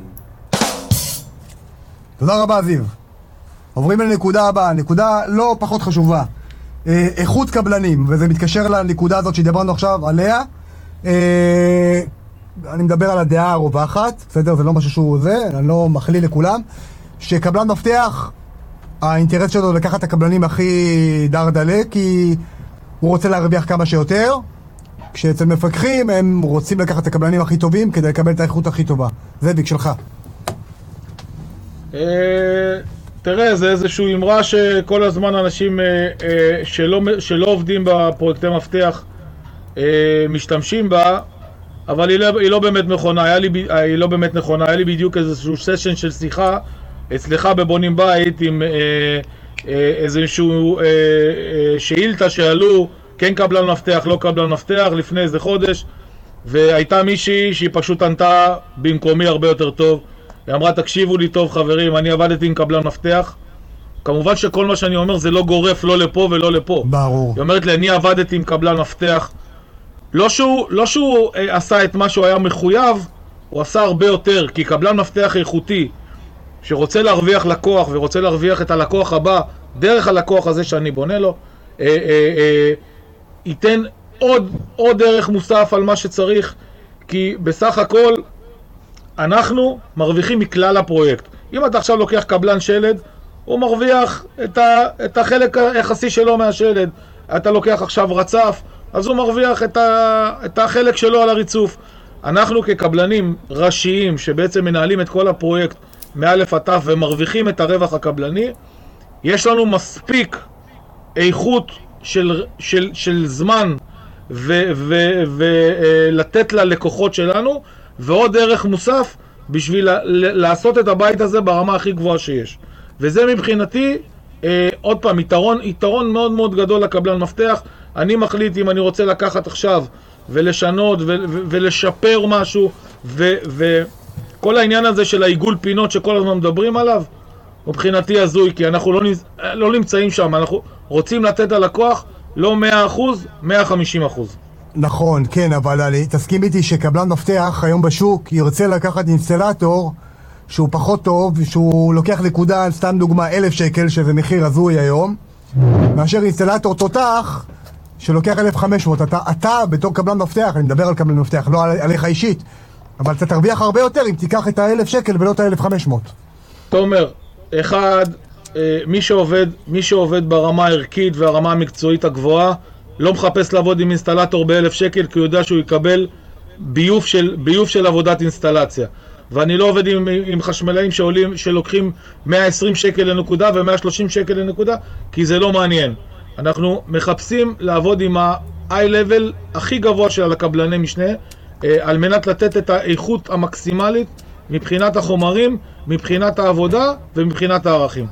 תודה רבה זיו. עוברים לנקודה הבאה, נקודה לא פחות חשובה. איכות קבלנים, וזה מתקשר לנקודה הזאת שדיברנו עכשיו עליה. אני מדבר על הדעה הרווחת, בסדר? זה לא משהו שהוא אני לא מכליל לכולם. שקבלן מפתח, האינטרס שלו לקחת את הקבלנים הכי דרדלה, כי הוא רוצה להרוויח כמה שיותר. כשאצל מפקחים הם רוצים לקחת את הקבלנים הכי טובים כדי לקבל את האיכות הכי טובה. זאביק, שלך. תראה, זה איזשהו אמרה שכל הזמן אנשים שלא עובדים בפרויקטי מפתח משתמשים בה, אבל היא לא באמת נכונה. היא לא באמת נכונה. היה לי בדיוק איזשהו סשן של שיחה אצלך בבונים בית עם איזשהו שאילתה שעלו, כן קבלן מפתח, לא קבלן מפתח, לפני איזה חודש, והייתה מישהי שהיא פשוט ענתה במקומי הרבה יותר טוב. היא אמרה, תקשיבו לי טוב חברים, אני עבדתי עם קבלן מפתח. כמובן שכל מה שאני אומר זה לא גורף, לא לפה ולא לפה. ברור. היא אומרת לי, אני עבדתי עם קבלן מפתח. לא שהוא עשה את מה שהוא היה מחויב, הוא עשה הרבה יותר, כי קבלן מפתח איכותי, שרוצה להרוויח לקוח ורוצה להרוויח את הלקוח הבא, דרך הלקוח הזה שאני בונה לו, ייתן עוד ערך מוסף על מה שצריך, כי בסך הכל אנחנו מרוויחים מכלל הפרויקט. אם אתה עכשיו לוקח קבלן שלד, הוא מרוויח את החלק היחסי שלו מהשלד. אתה לוקח עכשיו רצף, אז הוא מרוויח את החלק שלו על הריצוף. אנחנו כקבלנים ראשיים שבעצם מנהלים את כל הפרויקט מאלף עד תף ומרוויחים את הרווח הקבלני, יש לנו מספיק איכות של זמן ולתת ללקוחות שלנו, ועוד ערך מוסף בשביל לעשות את הבית הזה ברמה הכי גבוהה שיש. וזה מבחינתי, עוד פעם, יתרון מאוד מאוד גדול לקבלן מפתח. אני מחליט אם אני רוצה לקחת עכשיו ולשנות ולשפר משהו, וכל העניין הזה של העיגול פינות שכל הזמן מדברים עליו, מבחינתי הזוי, כי אנחנו לא נמצאים שם, אנחנו רוצים לתת ללקוח לא 100%, 150%. נכון, כן, אבל תסכים איתי שקבלן מפתח היום בשוק ירצה לקחת אינסטלטור שהוא פחות טוב, שהוא לוקח נקודה, סתם דוגמה, 1,000 שקל, שזה מחיר הזוי היום, מאשר אינסטלטור תותח שלוקח 1,500. אתה בתור קבלן מפתח, אני מדבר על קבלן מפתח, לא עליך אישית, אבל אתה תרוויח הרבה יותר אם תיקח את ה-1,000 שקל ולא את ה-1,500. תומר, אחד, מי שעובד ברמה הערכית והרמה המקצועית הגבוהה, לא מחפש לעבוד עם אינסטלטור ב-1,000 שקל, כי הוא יודע שהוא יקבל ביוף של עבודת אינסטלציה. ואני לא עובד עם חשמלאים שלוקחים 120 שקל לנקודה ו-130 שקל לנקודה, כי זה לא מעניין. אנחנו מחפשים לעבוד עם ה-high-level הכי גבוה של הקבלני משנה, על מנת לתת את האיכות המקסימלית מבחינת החומרים, מבחינת העבודה ומבחינת הערכים.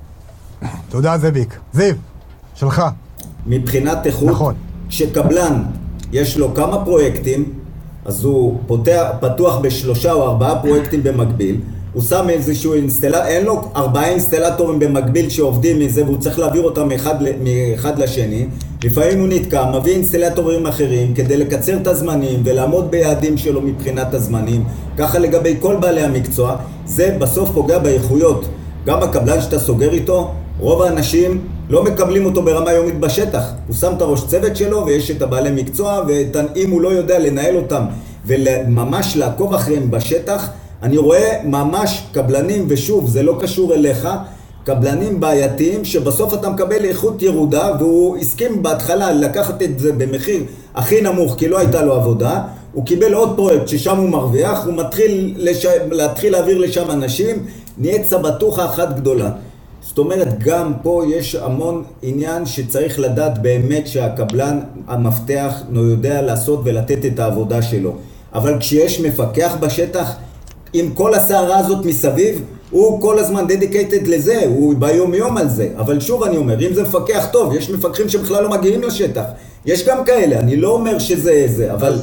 תודה זאביק. זיו, שלך. מבחינת איכות, נכון. כשקבלן יש לו כמה פרויקטים, אז הוא פתוח ב3 או 4 פרויקטים במקביל, הוא שם איזשהו אין לו 4 אינסטלטורים במקביל שעובדים מזה, והוא צריך להעביר אותם מאחד לשני. לפעמים הוא נתקע, מביא אינסטלטורים אחרים כדי לקצר את הזמנים ולעמוד ביעדים שלו מבחינת הזמנים. ככה לגבי כל בעלי המקצוע, זה בסוף פוגע באיכויות. גם הקבלן שאתה סוגר איתו, רוב האנשים לא מקבלים אותו ברמה יומית בשטח. הוא שם את הראש צוות שלו ויש את הבעלי מקצוע, ואם הוא לא יודע לנהל אותם וממש לעקוב אחריהם בשטח, אני רואה ממש קבלנים, ושוב, זה לא קשור אליך, קבלנים בעייתיים שבסוף אתה מקבל איכות ירודה, והוא הסכים בהתחלה לקחת את זה במחיר הכי נמוך כי לא הייתה לו עבודה, הוא קיבל עוד פרויקט ששם הוא מרוויח, הוא להתחיל להעביר לשם אנשים, נהיה צבטוחה אחת גדולה. זאת אומרת, גם פה יש המון עניין שצריך לדעת באמת שהקבלן המפתח יודע לעשות ולתת את העבודה שלו. אבל כשיש מפקח בשטח, עם כל הסערה הזאת מסביב, הוא כל הזמן דדיקייטד לזה, הוא ביום יום על זה. אבל שוב אני אומר, אם זה מפקח טוב, יש מפקחים שבכלל לא מגיעים לשטח. יש גם כאלה, אני לא אומר שזה זה, אבל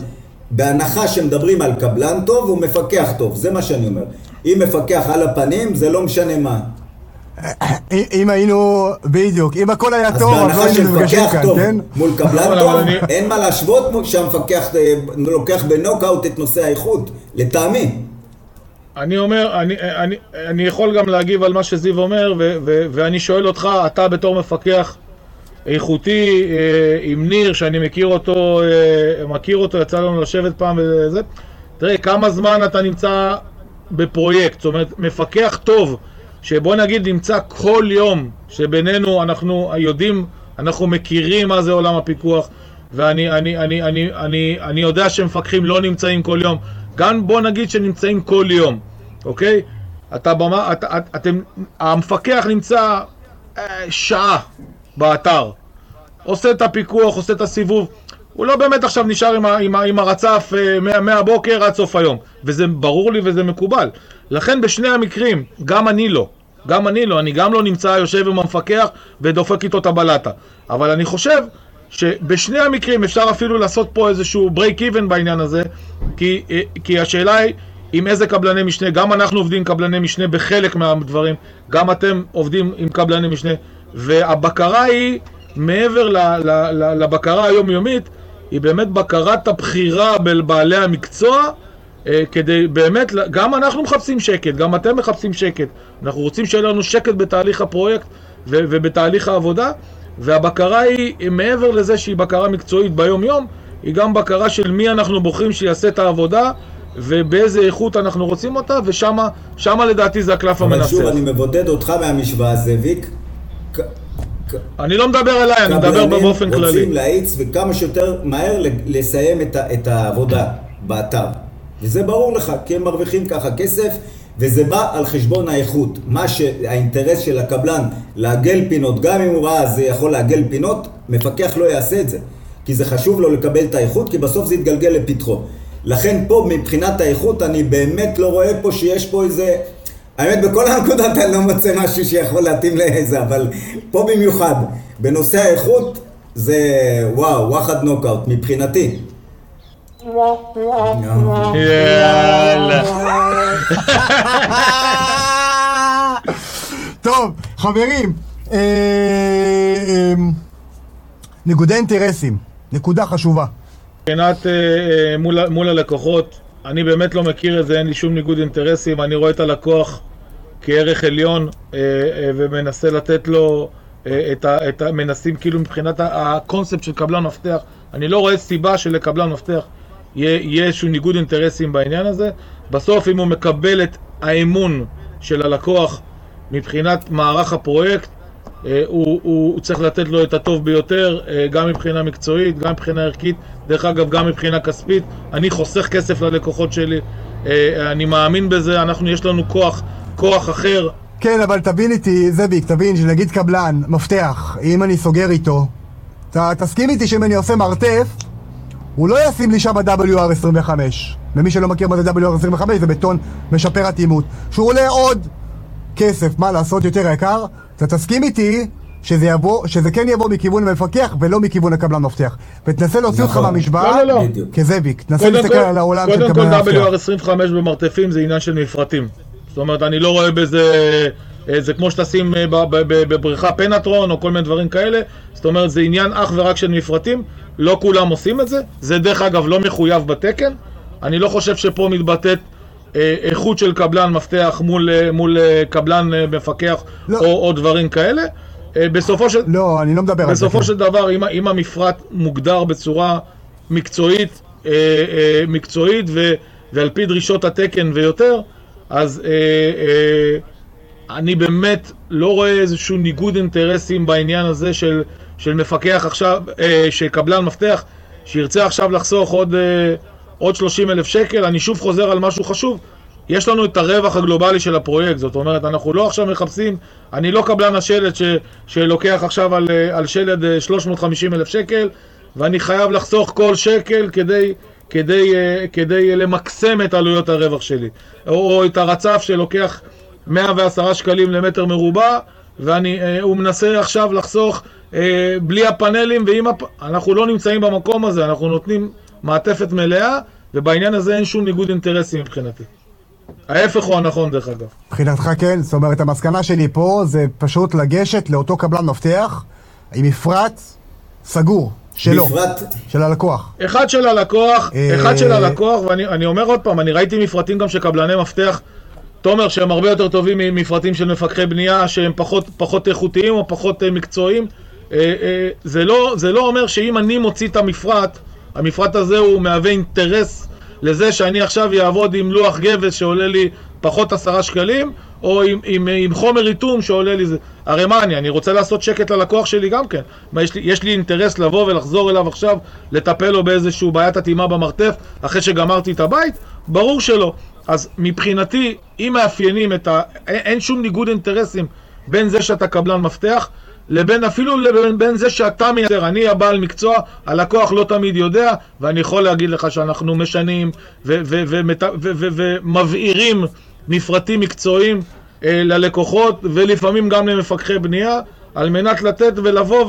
בהנחה שמדברים על קבלן טוב הוא מפקח טוב, זה מה שאני אומר. אם מפקח על הפנים זה לא משנה מה. אם היינו, בדיוק, אם הכל היה טוב, אז בהנחה שמפקח טוב מול קבלן טוב, אני... אין מה להשוות שהמפקח לוקח בנוקאוט את נושא האיכות, לטעמי. אני אומר, אני יכול גם להגיב על מה שזיו אומר, ואני שואל אותך, אתה בתור מפקח איכותי, עם ניר, שאני מכיר אותו, יצא לנו לשבת פעם וזה, תראה, כמה זמן אתה נמצא בפרויקט, זאת אומרת, מפקח טוב, שבוא נגיד נמצא כל יום, שבינינו אנחנו יודעים, אנחנו מכירים מה זה עולם הפיקוח, ואני יודע שמפקחים לא נמצאים כל יום, גם בוא נגיד שנמצאים כל יום, אוקיי? המפקח נמצא שעה באתר, עושה את הפיקוח, עושה את הסיבוב, הוא לא באמת עכשיו נשאר עם הרצף מהבוקר עד סוף היום, וזה ברור לי וזה מקובל. לכן בשני המקרים, גם אני לא, אני גם לא נמצא יושב עם המפקח ודופק איתו את הבלטה, אבל אני חושב שבשני המקרים אפשר אפילו לעשות פה איזשהו break even בעניין הזה, כי השאלה היא עם איזה קבלני משנה, גם אנחנו עובדים עם קבלני משנה בחלק מהדברים, גם אתם עובדים עם קבלני משנה, והבקרה היא מעבר לבקרה היומיומית, היא באמת בקרת הבחירה בבעלי המקצוע, כדי באמת, גם אנחנו מחפשים שקט, גם אתם מחפשים שקט, אנחנו רוצים שיהיה לנו שקט בתהליך הפרויקט ובתהליך העבודה, והבקרה היא מעבר לזה שהיא בקרה מקצועית ביום יום, היא גם בקרה של מי אנחנו בוחרים שיעשה את העבודה ובאיזה איכות אנחנו רוצים אותה, ושמה לדעתי זה הקלף המנצח. אבל שוב, אני מבודד אותך מהמשוואה, זאביק. אני לא מדבר עליי, אני מדבר באופן כללי. רוצים להאיץ וכמה שיותר מהר לסיים את העבודה באתר. וזה ברור לך, כי הם מרוויחים ככה כסף, וזה בא על חשבון האיכות. מה שהאינטרס של הקבלן לעגל פינות, גם אם הוא ראה זה יכול לעגל פינות, מפקח לא יעשה את זה. כי זה חשוב לו לקבל את האיכות, כי בסוף זה יתגלגל לפתחו. לכן פה מבחינת האיכות אני באמת לא רואה פה שיש פה איזה... האמת בכל הנקודות אני לא מוצא משהו שיכול להתאים לאיזה, אבל פה במיוחד, בנושא האיכות זה וואו, וואחד נוקאוט מבחינתי. יאללה. טוב, חברים, ניגודי אינטרסים, נקודה חשובה. מבחינת מול הלקוחות, אני באמת לא מכיר את זה, אין לי שום ניגוד אינטרסים, אני רואה את הלקוח כערך עליון ומנסה לתת לו מנסים כאילו מבחינת הקונספט של קבלן מפתח, אני לא רואה סיבה שלקבלן מפתח יהיה איזשהו ניגוד אינטרסים בעניין הזה. בסוף אם הוא מקבל את האמון של הלקוח מבחינת מערך הפרויקט, הוא צריך לתת לו את הטוב ביותר, גם מבחינה מקצועית, גם מבחינה ערכית, דרך אגב גם מבחינה כספית. אני חוסך כסף ללקוחות שלי, אני מאמין בזה, יש לנו כוח אחר. כן, אבל תבין איתי, זאביק, תבין שנגיד קבלן, מפתח, אם אני סוגר איתו, תסכים איתי שאם אני עושה מרתף, הוא לא ישים לי שם WR25. ומי שלא מכיר מה זה WR25, זה בטון משפר התאימות. שהוא עולה עוד כסף, מה לעשות יותר יקר, אתה תסכים איתי שזה כן יבוא מכיוון המפקח ולא מכיוון הקבלן מפתח. ותנסה להוציא אותך מהמשוואה כזאביק. תנסה להסתכל על העולם של קבלן מפתח. קודם כל WR25 במרתפים זה עניין של מפרטים. זאת אומרת, אני לא רואה בזה, זה כמו שתשים בבריכה פנטרון או כל מיני דברים כאלה. זאת אומרת, זה עניין אך ורק של מפרטים. לא כולם עושים את זה. זה דרך אגב לא מחויב בתקן. אני לא חושב שפה מתבטאת איכות של קבלן מפתח מול קבלן מפקח או דברים כאלה. לא, אני לא מדבר על זה. בסופו של דבר, אם המפרט מוגדר בצורה מקצועית ועל פי דרישות התקן ויותר, אז אני באמת לא רואה איזשהו ניגוד אינטרסים בעניין הזה של מפקח עכשיו, של קבלן מפתח, שירצה עכשיו לחסוך עוד 30,000 שקל. אני שוב חוזר על משהו חשוב, יש לנו את הרווח הגלובלי של הפרויקט, זאת אומרת, אנחנו לא עכשיו מחפשים, אני לא קבלן השלד שלוקח עכשיו על שלד 350,000 שקל, ואני חייב לחסוך כל שקל כדי למקסם את עלויות הרווח שלי. או את הרצף שלוקח 110 שקלים למטר מרובע, והוא מנסה עכשיו לחסוך בלי הפאנלים, אנחנו לא נמצאים במקום הזה, אנחנו נותנים מעטפת מלאה, ובעניין הזה אין שום ניגוד אינטרסים מבחינתי. ההפך הוא הנכון דרך אגב. מבחינתך כן, זאת אומרת, המסקנה שלי פה זה פשוט לגשת לאותו קבלן מפתח עם מפרט סגור שלו, של הלקוח. אחד של הלקוח, ואני אומר עוד פעם, אני ראיתי מפרטים גם של קבלני מפתח, תומר, שהם הרבה יותר טובים ממפרטים של מפקחי בנייה, שהם פחות איכותיים או פחות מקצועיים. זה לא אומר שאם אני מוציא את המפרט הזה הוא מהווה אינטרס לזה שאני עכשיו יעבוד עם לוח גבס שעולה לי פחות 10 שקלים, או עם חומר איתום שעולה לי זה. הרי מה אני רוצה לעשות שקט ללקוח שלי גם כן. יש לי אינטרס לבוא ולחזור אליו עכשיו, לטפל לו באיזשהו בעיית התאימה במרתף, אחרי שגמרתי את הבית? ברור שלא. אז מבחינתי, אם מאפיינים אין שום ניגוד אינטרסים בין זה שאתה קבלן מפתח, אפילו בין זה שאתה מייצר. אני הבעל מקצוע, הלקוח לא תמיד יודע, ואני יכול להגיד לך שאנחנו משנים ומבעירים מפרטים מקצועיים ללקוחות, ולפעמים גם למפקחי בנייה, על מנת לתת ולבוא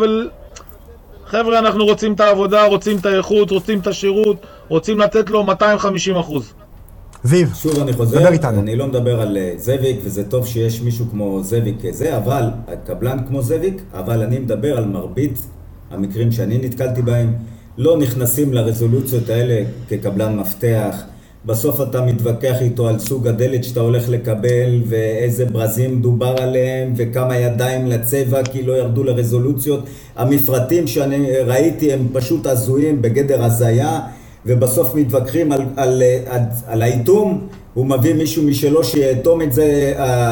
חבר'ה, אנחנו רוצים את העבודה, רוצים את האיכות, רוצים את השירות, רוצים לתת לו 250%. זיו, שוב אני חוזר, אני לא מדבר על זאביק, וזה טוב שיש מישהו כמו זאביק כזה, אבל, קבלן כמו זאביק, אבל אני מדבר על מרבית המקרים שאני נתקלתי בהם, לא נכנסים לרזולוציות האלה כקבלן מפתח, בסוף אתה מתווכח איתו על סוג הדלת שאתה הולך לקבל, ואיזה ברזים דובר עליהם, וכמה ידיים לצבע, כי לא ירדו לרזולוציות. המפרטים שאני ראיתי הם פשוט הזויים בגדר הזיה, ובסוף מתווכחים על האיתום. הוא מביא מישהו משלו שיאטום את זה,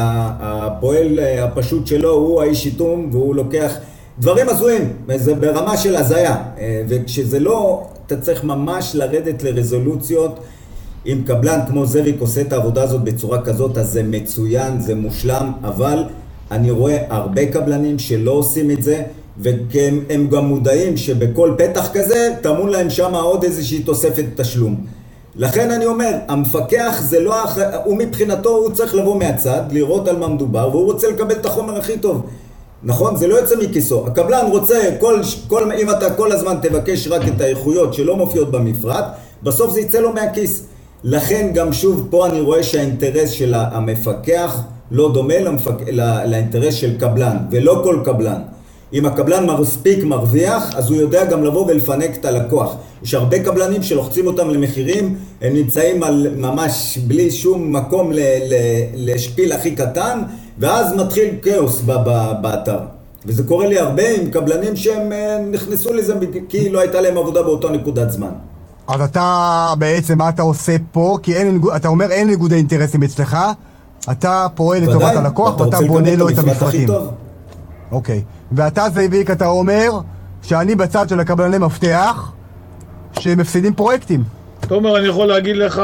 הפועל הפשוט שלו הוא האיש איתום, והוא לוקח דברים הזויים, זה ברמה של הזיה, וכשזה לא, אתה צריך ממש לרדת לרזולוציות. אם קבלן כמו זאביק עושה את העבודה הזאת בצורה כזאת, אז זה מצוין, זה מושלם, אבל אני רואה הרבה קבלנים שלא עושים את זה, והם גם מודעים שבכל פתח כזה תמון להם שם עוד איזושהי תוספת תשלום. לכן אני אומר, המפקח זה לא, הוא מבחינתו הוא צריך לבוא מהצד, לראות על מה מדובר, והוא רוצה לקבל את החומר הכי טוב. נכון? זה לא יוצא מכיסו. הקבלן רוצה, אם אתה כל הזמן תבקש רק את האיכויות שלא מופיעות במפרט, בסוף זה יצא לו מהכיס. לכן גם שוב פה אני רואה שהאינטרס של המפקח לא דומה לאינטרס של קבלן, ולא כל קבלן. אם הקבלן מספיק מרוויח, אז הוא יודע גם לבוא ולפנק את הלקוח. יש הרבה קבלנים שלוחצים אותם למחירים, הם נמצאים על ממש בלי שום מקום לשפיל הכי קטן, ואז מתחיל כאוס באתר. וזה קורה לי הרבה עם קבלנים שהם נכנסו לזה כי לא הייתה להם עבודה באותו נקודת זמן. אז אתה בעצם, מה אתה עושה פה? כי אתה אומר אין ניגודי אינטרסים אצלך, אתה פועל לטובת הלקוח ואתה בונה לו את המפרטים. אוקיי. ואתה זאביק, אתה אומר שאני בצד של הקבלני מפתח שמפסידים פרויקטים. תומר, אני יכול להגיד לך...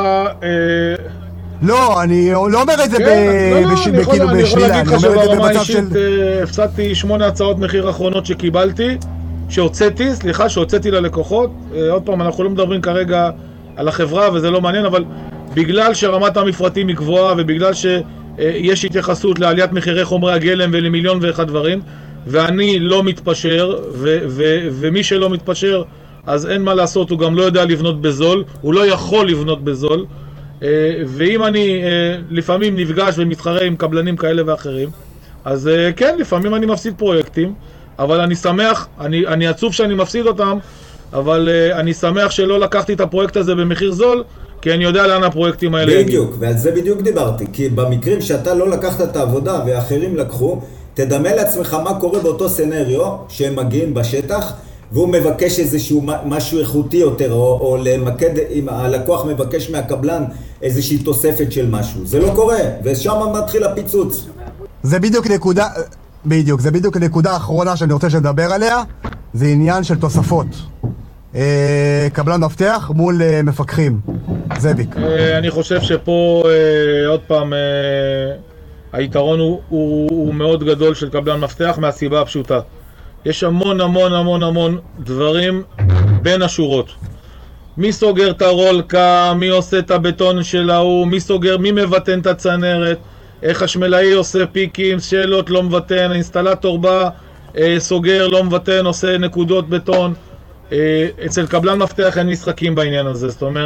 לא, אני לא אומר את זה כאילו בשלילה, אני אומר את זה במצב של... הפסדתי 8 הצעות מחיר אחרונות שקיבלתי, שהוצאתי ללקוחות. עוד פעם, אנחנו לא מדברים כרגע על החברה וזה לא מעניין, אבל בגלל שרמת המפרטים היא גבוהה ובגלל שיש התייחסות לעליית מחירי חומרי הגלם ולמיליון ואחד דברים, ואני לא מתפשר, ומי שלא מתפשר אז אין מה לעשות, הוא גם לא יודע לבנות בזול, הוא לא יכול לבנות בזול. ואם אני לפעמים נפגש ומתחרה עם קבלנים כאלה ואחרים, אז כן, לפעמים אני מפסיד פרויקטים, אבל אני שמח, אני עצוב שאני מפסיד אותם, אבל אני שמח שלא לקחתי את הפרויקט הזה במחיר זול, כי אני יודע לאן הפרויקטים האלה יגיעו. בדיוק, ועל זה בדיוק דיברתי, כי במקרים שאתה לא לקחת את העבודה ואחרים לקחו, תדמה לעצמך מה קורה באותו סנריו שהם מגיעים בשטח, והוא מבקש איזשהו משהו איכותי יותר, או למקד, אם הלקוח מבקש מהקבלן איזושהי תוספת של משהו. זה לא קורה, ושם מתחיל הפיצוץ. זה בדיוק הנקודה האחרונה שאני רוצה שנדבר עליה, זה עניין של תוספות. קבלן מפתח מול מפקחים. זאביק. אני חושב שפה, עוד פעם, היתרון הוא מאוד גדול של קבלן מפתח מהסיבה הפשוטה. יש המון דברים בין השורות. מי סוגר את הרולקה, מי עושה את הבטון של ההוא, מי מבטן את הצנרת, חשמלאי עושה פיקים, שאלות לא מבטן, אינסטלטור בא, סוגר, לא מבטן, עושה נקודות בטון. אצל קבלן מפתח אין משחקים בעניין הזה, זאת אומרת,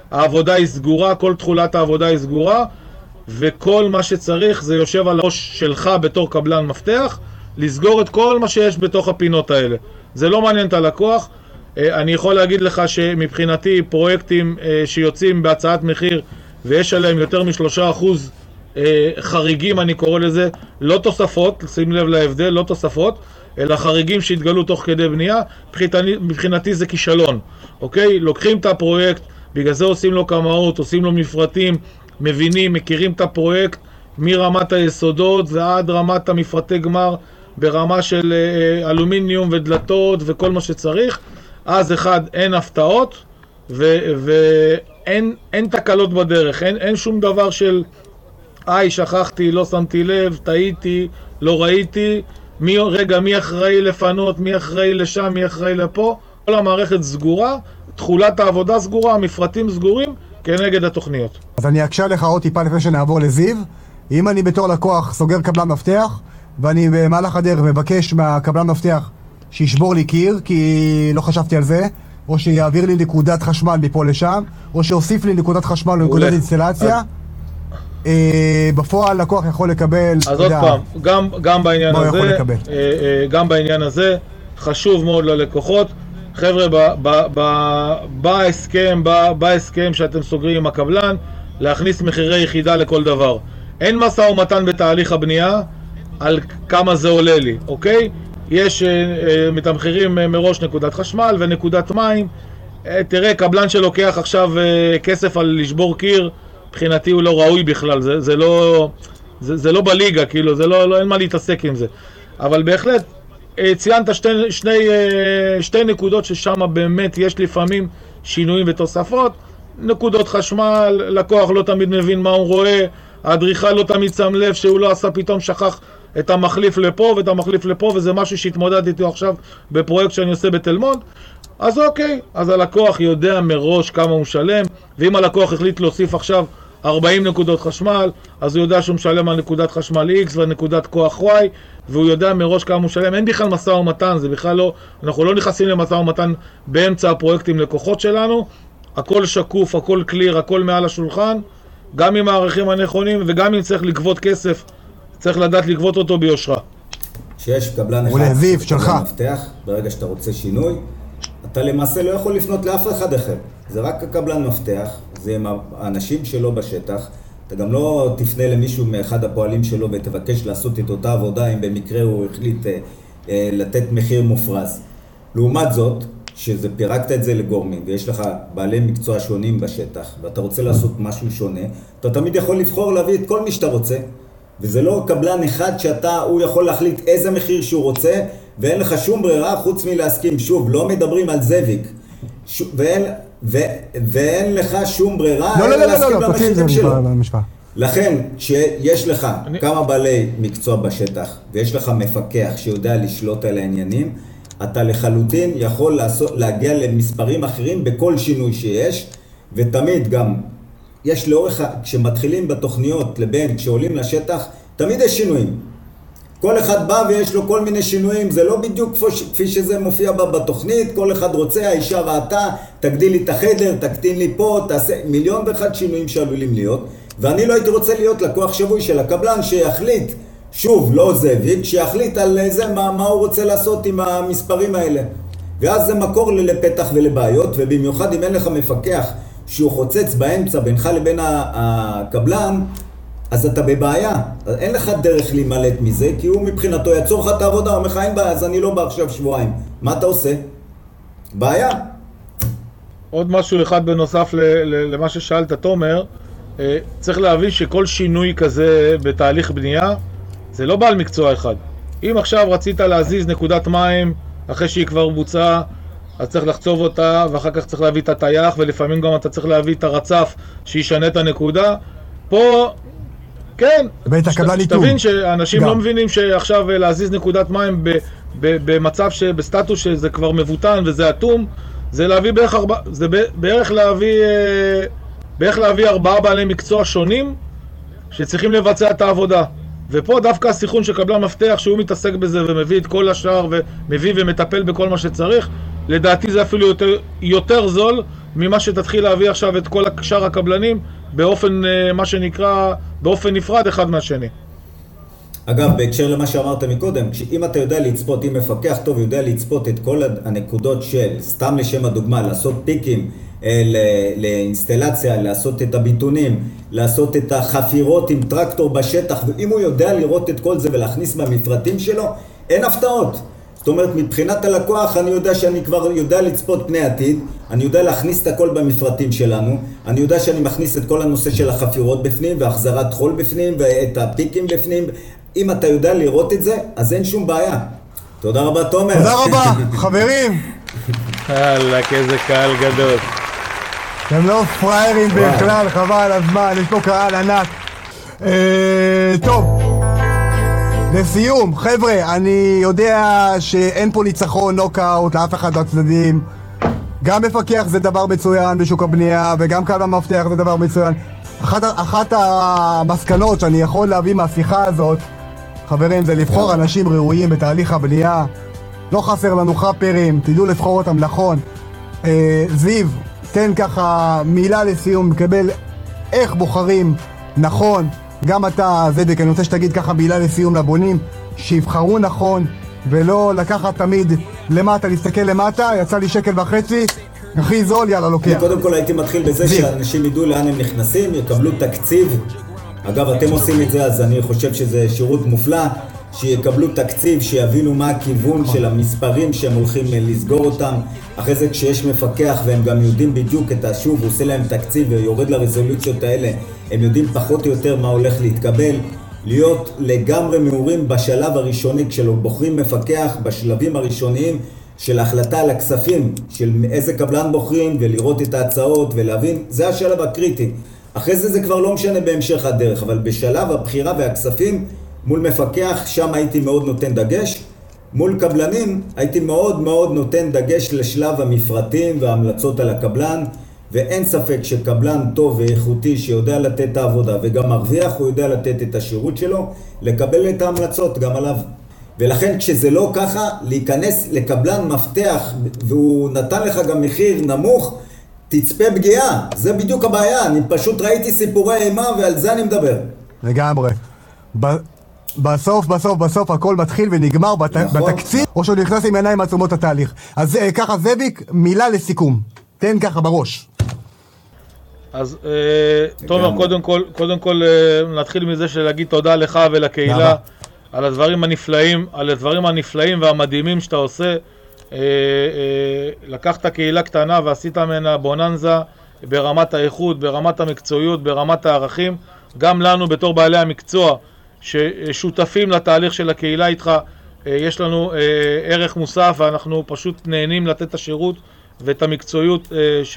העבודה היא סגורה, כל תחולת העבודה היא סגורה, וכל מה שצריך זה יושב על הראש שלך בתור קבלן מפתח, לסגור את כל מה שיש בתוך הפינות האלה. זה לא מעניין את הלקוח. אני יכול להגיד לך שמבחינתי פרויקטים שיוצאים בהצעת מחיר ויש עליהם יותר מ3% חריגים, אני קורא לזה, לא תוספות, שים לב להבדל, לא תוספות, אלא חריגים שהתגלו תוך כדי בנייה, מבחינתי זה כישלון, אוקיי? לוקחים את הפרויקט, בגלל זה עושים לו כמאות, עושים לו מפרטים, מבינים, מכירים את הפרויקט מרמת היסודות ועד רמת המפרטי גמר, ברמה של אלומיניום ודלתות וכל מה שצריך. אז אחד, אין הפתעות ואין תקלות בדרך, אין שום דבר של שכחתי, לא שמתי לב, טעיתי, לא ראיתי, מי אחראי לפנות, מי אחראי לשם, מי אחראי לפה. כל המערכת סגורה, תחולת העבודה סגורה, המפרטים סגורים כנגד התוכניות. אז אני אקשה לך עוד טיפה לפני שנעבור לזיו. אם אני בתור לקוח סוגר קבלן מפתח ואני במהלך הדרך מבקש מהקבלן מפתח שישבור לי קיר כי לא חשבתי על זה, או שיעביר לי נקודת חשמל מפה לשם, או שיוסיף לי נקודת חשמל לנקודת אינסטלציה, בפועל לקוח יכול לקבל... אז עוד פעם, גם בעניין הזה חשוב מאוד ללקוחות. חבר'ה, בהסכם שאתם סוגרים עם הקבלן, להכניס מחירי יחידה לכל דבר. אין משא ומתן בתהליך הבנייה על כמה זה עולה לי, אוקיי? יש מתמחרים מראש נקודת חשמל ונקודת מים. תראה, קבלן שלוקח עכשיו כסף על לשבור קיר, מבחינתי הוא לא ראוי בכלל, זה לא בליגה, כאילו, זה לא, אין מה להתעסק עם זה. אבל בהחלט, ציינת שתי נקודות ששם באמת יש לפעמים שינויים ותוספות. נקודות חשמל, לקוח לא תמיד מבין מה הוא רואה, האדריכל לא תמיד שם לב שהוא לא עשה, פתאום שכח את המחליף לפה ואת המחליף לפה, וזה משהו שהתמודדתי איתו עכשיו בפרויקט שאני עושה בתל מונד. אז אוקיי, אז הלקוח יודע מראש כמה הוא משלם, ואם הלקוח החליט להוסיף עכשיו 40 נקודות חשמל, אז הוא יודע שהוא משלם על נקודת חשמל X ונקודת כוח Y, והוא יודע מראש כמה הוא משלם. אין בכלל משא ומתן, זה בכלל לא, אנחנו לא נכנסים למשא ומתן באמצע הפרויקט עם לקוחות שלנו. הכל שקוף, הכל קליר, הכל מעל השולחן, גם עם הערכים הנכונים, וגם אם צריך לגבות כסף, צריך לדעת לגבות אותו ביושרה. שיש קבלן אחד, קבלן מפתח, ברגע שאתה רוצה שינוי, אתה למעשה לא יכול לפנות לאף אחד אחר. זה רק הקבלן מפתח, זה עם האנשים שלו בשטח. אתה גם לא תפנה למישהו מאחד הפועלים שלו ותבקש לעשות את אותה עבודה, אם במקרה הוא החליט לתת מחיר מופרז. לעומת זאת, שזה פירקת את זה לגורמים, ויש לך בעלי מקצוע שונים בשטח, ואתה רוצה לעשות משהו שונה, אתה תמיד יכול לבחור להביא את כל מי שאתה רוצה, וזה לא קבלן אחד הוא יכול להחליט איזה מחיר שהוא רוצה, ואין לך שום ברירה חוץ מלהסכים. שוב, לא מדברים על זאביק, ואין לך שום ברירה, אלא להסכים למחירים שלו. לכן, כשיש לך כמה בעלי מקצוע בשטח, ויש לך מפקח שיודע לשלוט על העניינים, אתה לחלוטין יכול להגיע למספרים אחרים בכל שינוי שיש, ותמיד גם יש לאורך, כשמתחילים בתוכניות לבין כשעולים לשטח, תמיד יש שינויים. כל אחד בא ויש לו כל מיני שינויים, זה לא בדיוק כפי שזה מופיע בתוכנית, כל אחד רוצה, האישה ראתה, תגדיל לי את החדר, תקטין לי פה, תעשה 1,000,001 שינויים שעלולים להיות, ואני לא הייתי רוצה להיות לקוח שבוי של הקבלן שיחליט, שוב, לא זאביק, שיחליט על זה מה הוא רוצה לעשות עם המספרים האלה. ואז זה מקור לפתח ולבעיות, ובמיוחד אם אין לך מפקח שהוא חוצץ באמצע בינך לבין הקבלן, אז אתה בבעיה. אין לך דרך להימלט מזה, כי הוא מבחינתו יצור לך את העבודה, הוא אומר לך אין בעיה, אז אני לא בא עכשיו שבועיים. מה אתה עושה? בעיה. עוד משהו אחד בנוסף למה ששאלת, תומר, צריך להבין שכל שינוי כזה בתהליך בנייה, זה לא בעל מקצוע אחד. אם עכשיו רצית להזיז נקודת מים אחרי שהיא כבר בוצעה, אז צריך לחצוב אותה, ואחר כך צריך להביא את הטייח, ולפעמים גם אתה צריך להביא את הרצף שישנה את הנקודה. פה, כן, שתבין שאנשים לא מבינים שעכשיו להזיז נקודת מים במצב בסטטוס שזה כבר מבוטן וזה אטום, זה להביא בערך להביא 4 בעלי מקצוע שונים שצריכים לבצע את העבודה. ופה דווקא הסיכון שקבלן מפתח שהוא מתעסק בזה ומביא את כל השאר ומביא ומטפל בכל מה שצריך, לדעתי זה אפילו יותר זול ממה שתתחיל להביא עכשיו את כל שאר הקבלנים באופן, מה שנקרא, באופן נפרד אחד מהשני. אגב, בהקשר למה שאמרת מקודם, אם אתה יודע לצפות, אם מפקח טוב יודע לצפות את כל הנקודות של, סתם לשם הדוגמה, לעשות פיקים לאינסטלציה, לעשות את הביטונים, לעשות את החפירות עם טרקטור בשטח, ואם הוא יודע לראות את כל זה ולהכניס מהמפרטים שלו, אין הפתעות. זאת אומרת, מבחינת הלקוח, אני יודע שאני כבר יודע לצפות פני עתיד, אני יודע להכניס את הכל במפרטים שלנו, אני יודע שאני מכניס את כל הנושא של החפירות בפנים, והחזרת חול בפנים, ואת הפיקים בפנים. אם אתה יודע לראות את זה, אז אין שום בעיה. תודה רבה, תומר. תודה רבה, חברים. אללה, איזה קהל גדול. הם לא פריירים בכלל, חבל על הזמן, יש פה קהל ענק. טוב, לסיום, חבר'ה, אני יודע שאין פה ניצחון, נוקאוט, לאף אחד בצדדים. גם מפקח זה דבר מצוין בשוק הבנייה, וגם קבלן מפתח זה דבר מצוין. אחת המסקנות שאני יכול להביא מהשיחה הזאת, חברים, זה לבחור אנשים ראויים בתהליך הבנייה. לא חסר לנו חפרים, תדעו לבחור אותם נכון. זיו, תן ככה מילה לסיום, מקבל איך בוחרים נכון. גם אתה, זאביק, אני רוצה שתגיד ככה מילה לסיום לבונים, שיבחרו נכון, ולא לקחת תמיד למטה, להסתכל למטה, יצא לי 1.5 שקל, הכי זול, יאללה, לוקח. קודם כל הייתי מתחיל בזה שאנשים ידעו לאן הם נכנסים, יקבלו תקציב. אגב, אתם עושים את זה, אז אני חושב שזה שירות מופלא, שיקבלו תקציב, שיבינו מה הכיוון של המספרים שהם הולכים לסגור אותם. אחרי זה כשיש מפקח והם גם יודעים בדיוק את השוב, הוא עושה להם תקציב ויורד לרזולוציות האלה, הם יודעים פחות או יותר מה הולך להתקבל. להיות לגמרי מעורים בשלב הראשוני, כשלא בוחרים מפקח בשלבים הראשוניים של ההחלטה על הכספים, של איזה קבלן בוחרים ולראות את ההצעות ולהבין, זה השלב הקריטי. אחרי זה כבר לא משנה בהמשך הדרך, אבל בשלב הבחירה והכספים, מול מפקח, שם הייתי מאוד נותן דגש. מול קבלנים, הייתי מאוד מאוד נותן דגש לשלב המפרטים וההמלצות על הקבלן, ואין ספק שקבלן טוב ואיכותי שיודע לתת את העבודה וגם מרוויח, הוא יודע לתת את השירות שלו, לקבל את ההמלצות גם עליו. ולכן כשזה לא ככה, להיכנס לקבלן מפתח והוא נתן לך גם מחיר נמוך, תצפה פגיעה. זה בדיוק הבעיה, אני פשוט ראיתי סיפורי אימה ועל זה אני מדבר. לגמרי. בסוף הכל מתחיל ונגמר בתקציב, או שהוא נכנס עם עיניים עצומות התהליך. אז ככה, זאביק, מילה לסיכום. תן ככה בראש. אז תומר, קודם כל נתחיל מזה של להגיד תודה לך ולקהילה על הדברים הנפלאים והמדהימים שאתה עושה. לקחת קהילה קטנה ועשית ממנה בוננזה ברמת האיכות, ברמת המקצועיות, ברמת הערכים. גם לנו בתור בעלי המקצוע ששותפים לתהליך של הקהילה איתך, יש לנו ערך מוסף, ואנחנו פשוט נהנים לתת את השירות ואת המקצועיות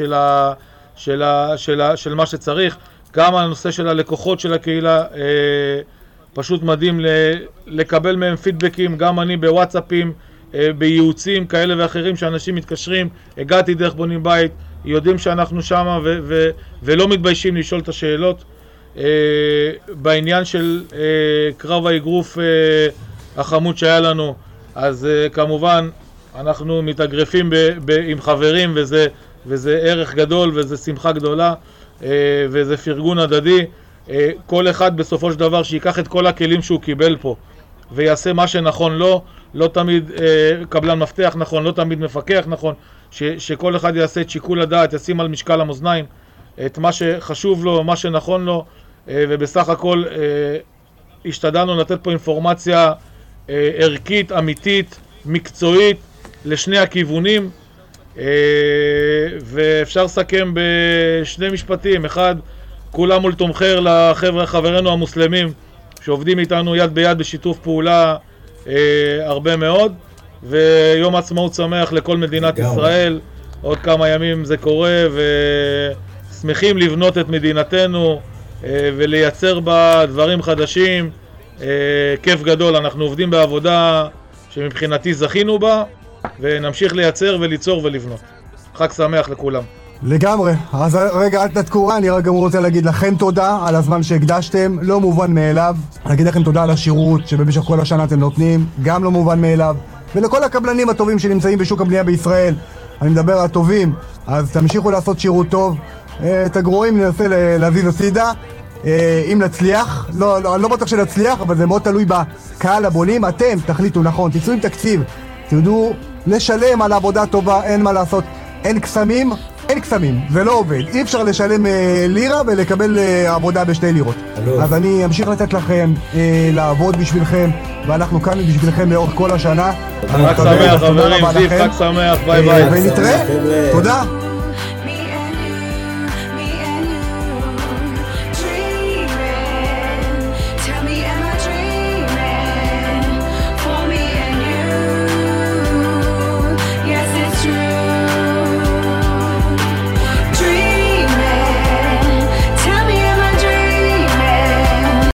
של מה שצריך. גם הנושא של הלקוחות של הקהילה, פשוט מדהים לקבל מהם פידבקים, גם אני בוואטסאפים, בייעוצים כאלה ואחרים שאנשים מתקשרים, הגעתי דרך בונים בית, יודעים שאנחנו שמה ולא מתביישים לשאול את השאלות. בעניין של קרב האגרוף החמוד שהיה לנו, אז כמובן אנחנו מתאגרפים עם חברים, וזה ערך גדול וזה שמחה גדולה וזה פרגון הדדי. כל אחד בסופו של דבר שיקח את כל הכלים שהוא קיבל פה ויעשה מה שנכון לו, לא תמיד קבלן מפתח נכון, לא תמיד מפקח נכון, שכל אחד יעשה את שיקול הדעת, ישים על משקל המאזניים את מה שחשוב לו, מה שנכון לו, ובסך הכל השתדלנו לתת פה אינפורמציה ערכית, אמיתית, מקצועית לשני הכיוונים, ואפשר לסכם בשני משפטים. אחד, כולם מול תומכר לחברינו המוסלמים שעובדים איתנו יד ביד בשיתוף פעולה הרבה מאוד, ויום עצמאות שמח לכל מדינת ישראל. עוד כמה ימים זה קורה ושמחים לבנות את מדינתנו ולייצר בה דברים חדשים. כיף גדול, אנחנו עובדים בעבודה שמבחינתי זכינו בה, ונמשיך לייצר וליצור ולבנות. חג שמח לכולם. לגמרי. אז רגע, אל תתקעו, אני רק גם רוצה להגיד לכם תודה על הזמן שהקדשתם, לא מובן מאליו. להגיד לכם תודה על השירות שבמשך כל השנה אתם נותנים, גם לא מובן מאליו. ולכל הקבלנים הטובים שנמצאים בשוק הבנייה בישראל, אני מדבר על הטובים, אז תמשיכו לעשות שירות טוב. את הגרועים ננסה להזיז הצידה. אם נצליח, אני לא בטוח שנצליח, אבל זה מאוד תלוי בקהל הבונים. אתם תחליטו נכון, תצאו עם תקציב, תדעו לשלם על עבודה טובה, אין מה לעשות, אין קסמים, זה לא עובד. אי אפשר לשלם לירה ולקבל עבודה בשתי לירות. אז אני אמשיך לתת לכם לעבוד בשבילכם, ואנחנו כאן בשבילכם לאורך כל השנה. חג שמח חברים, זיו, חג שמח, ביי ביי. ונתראה, תודה.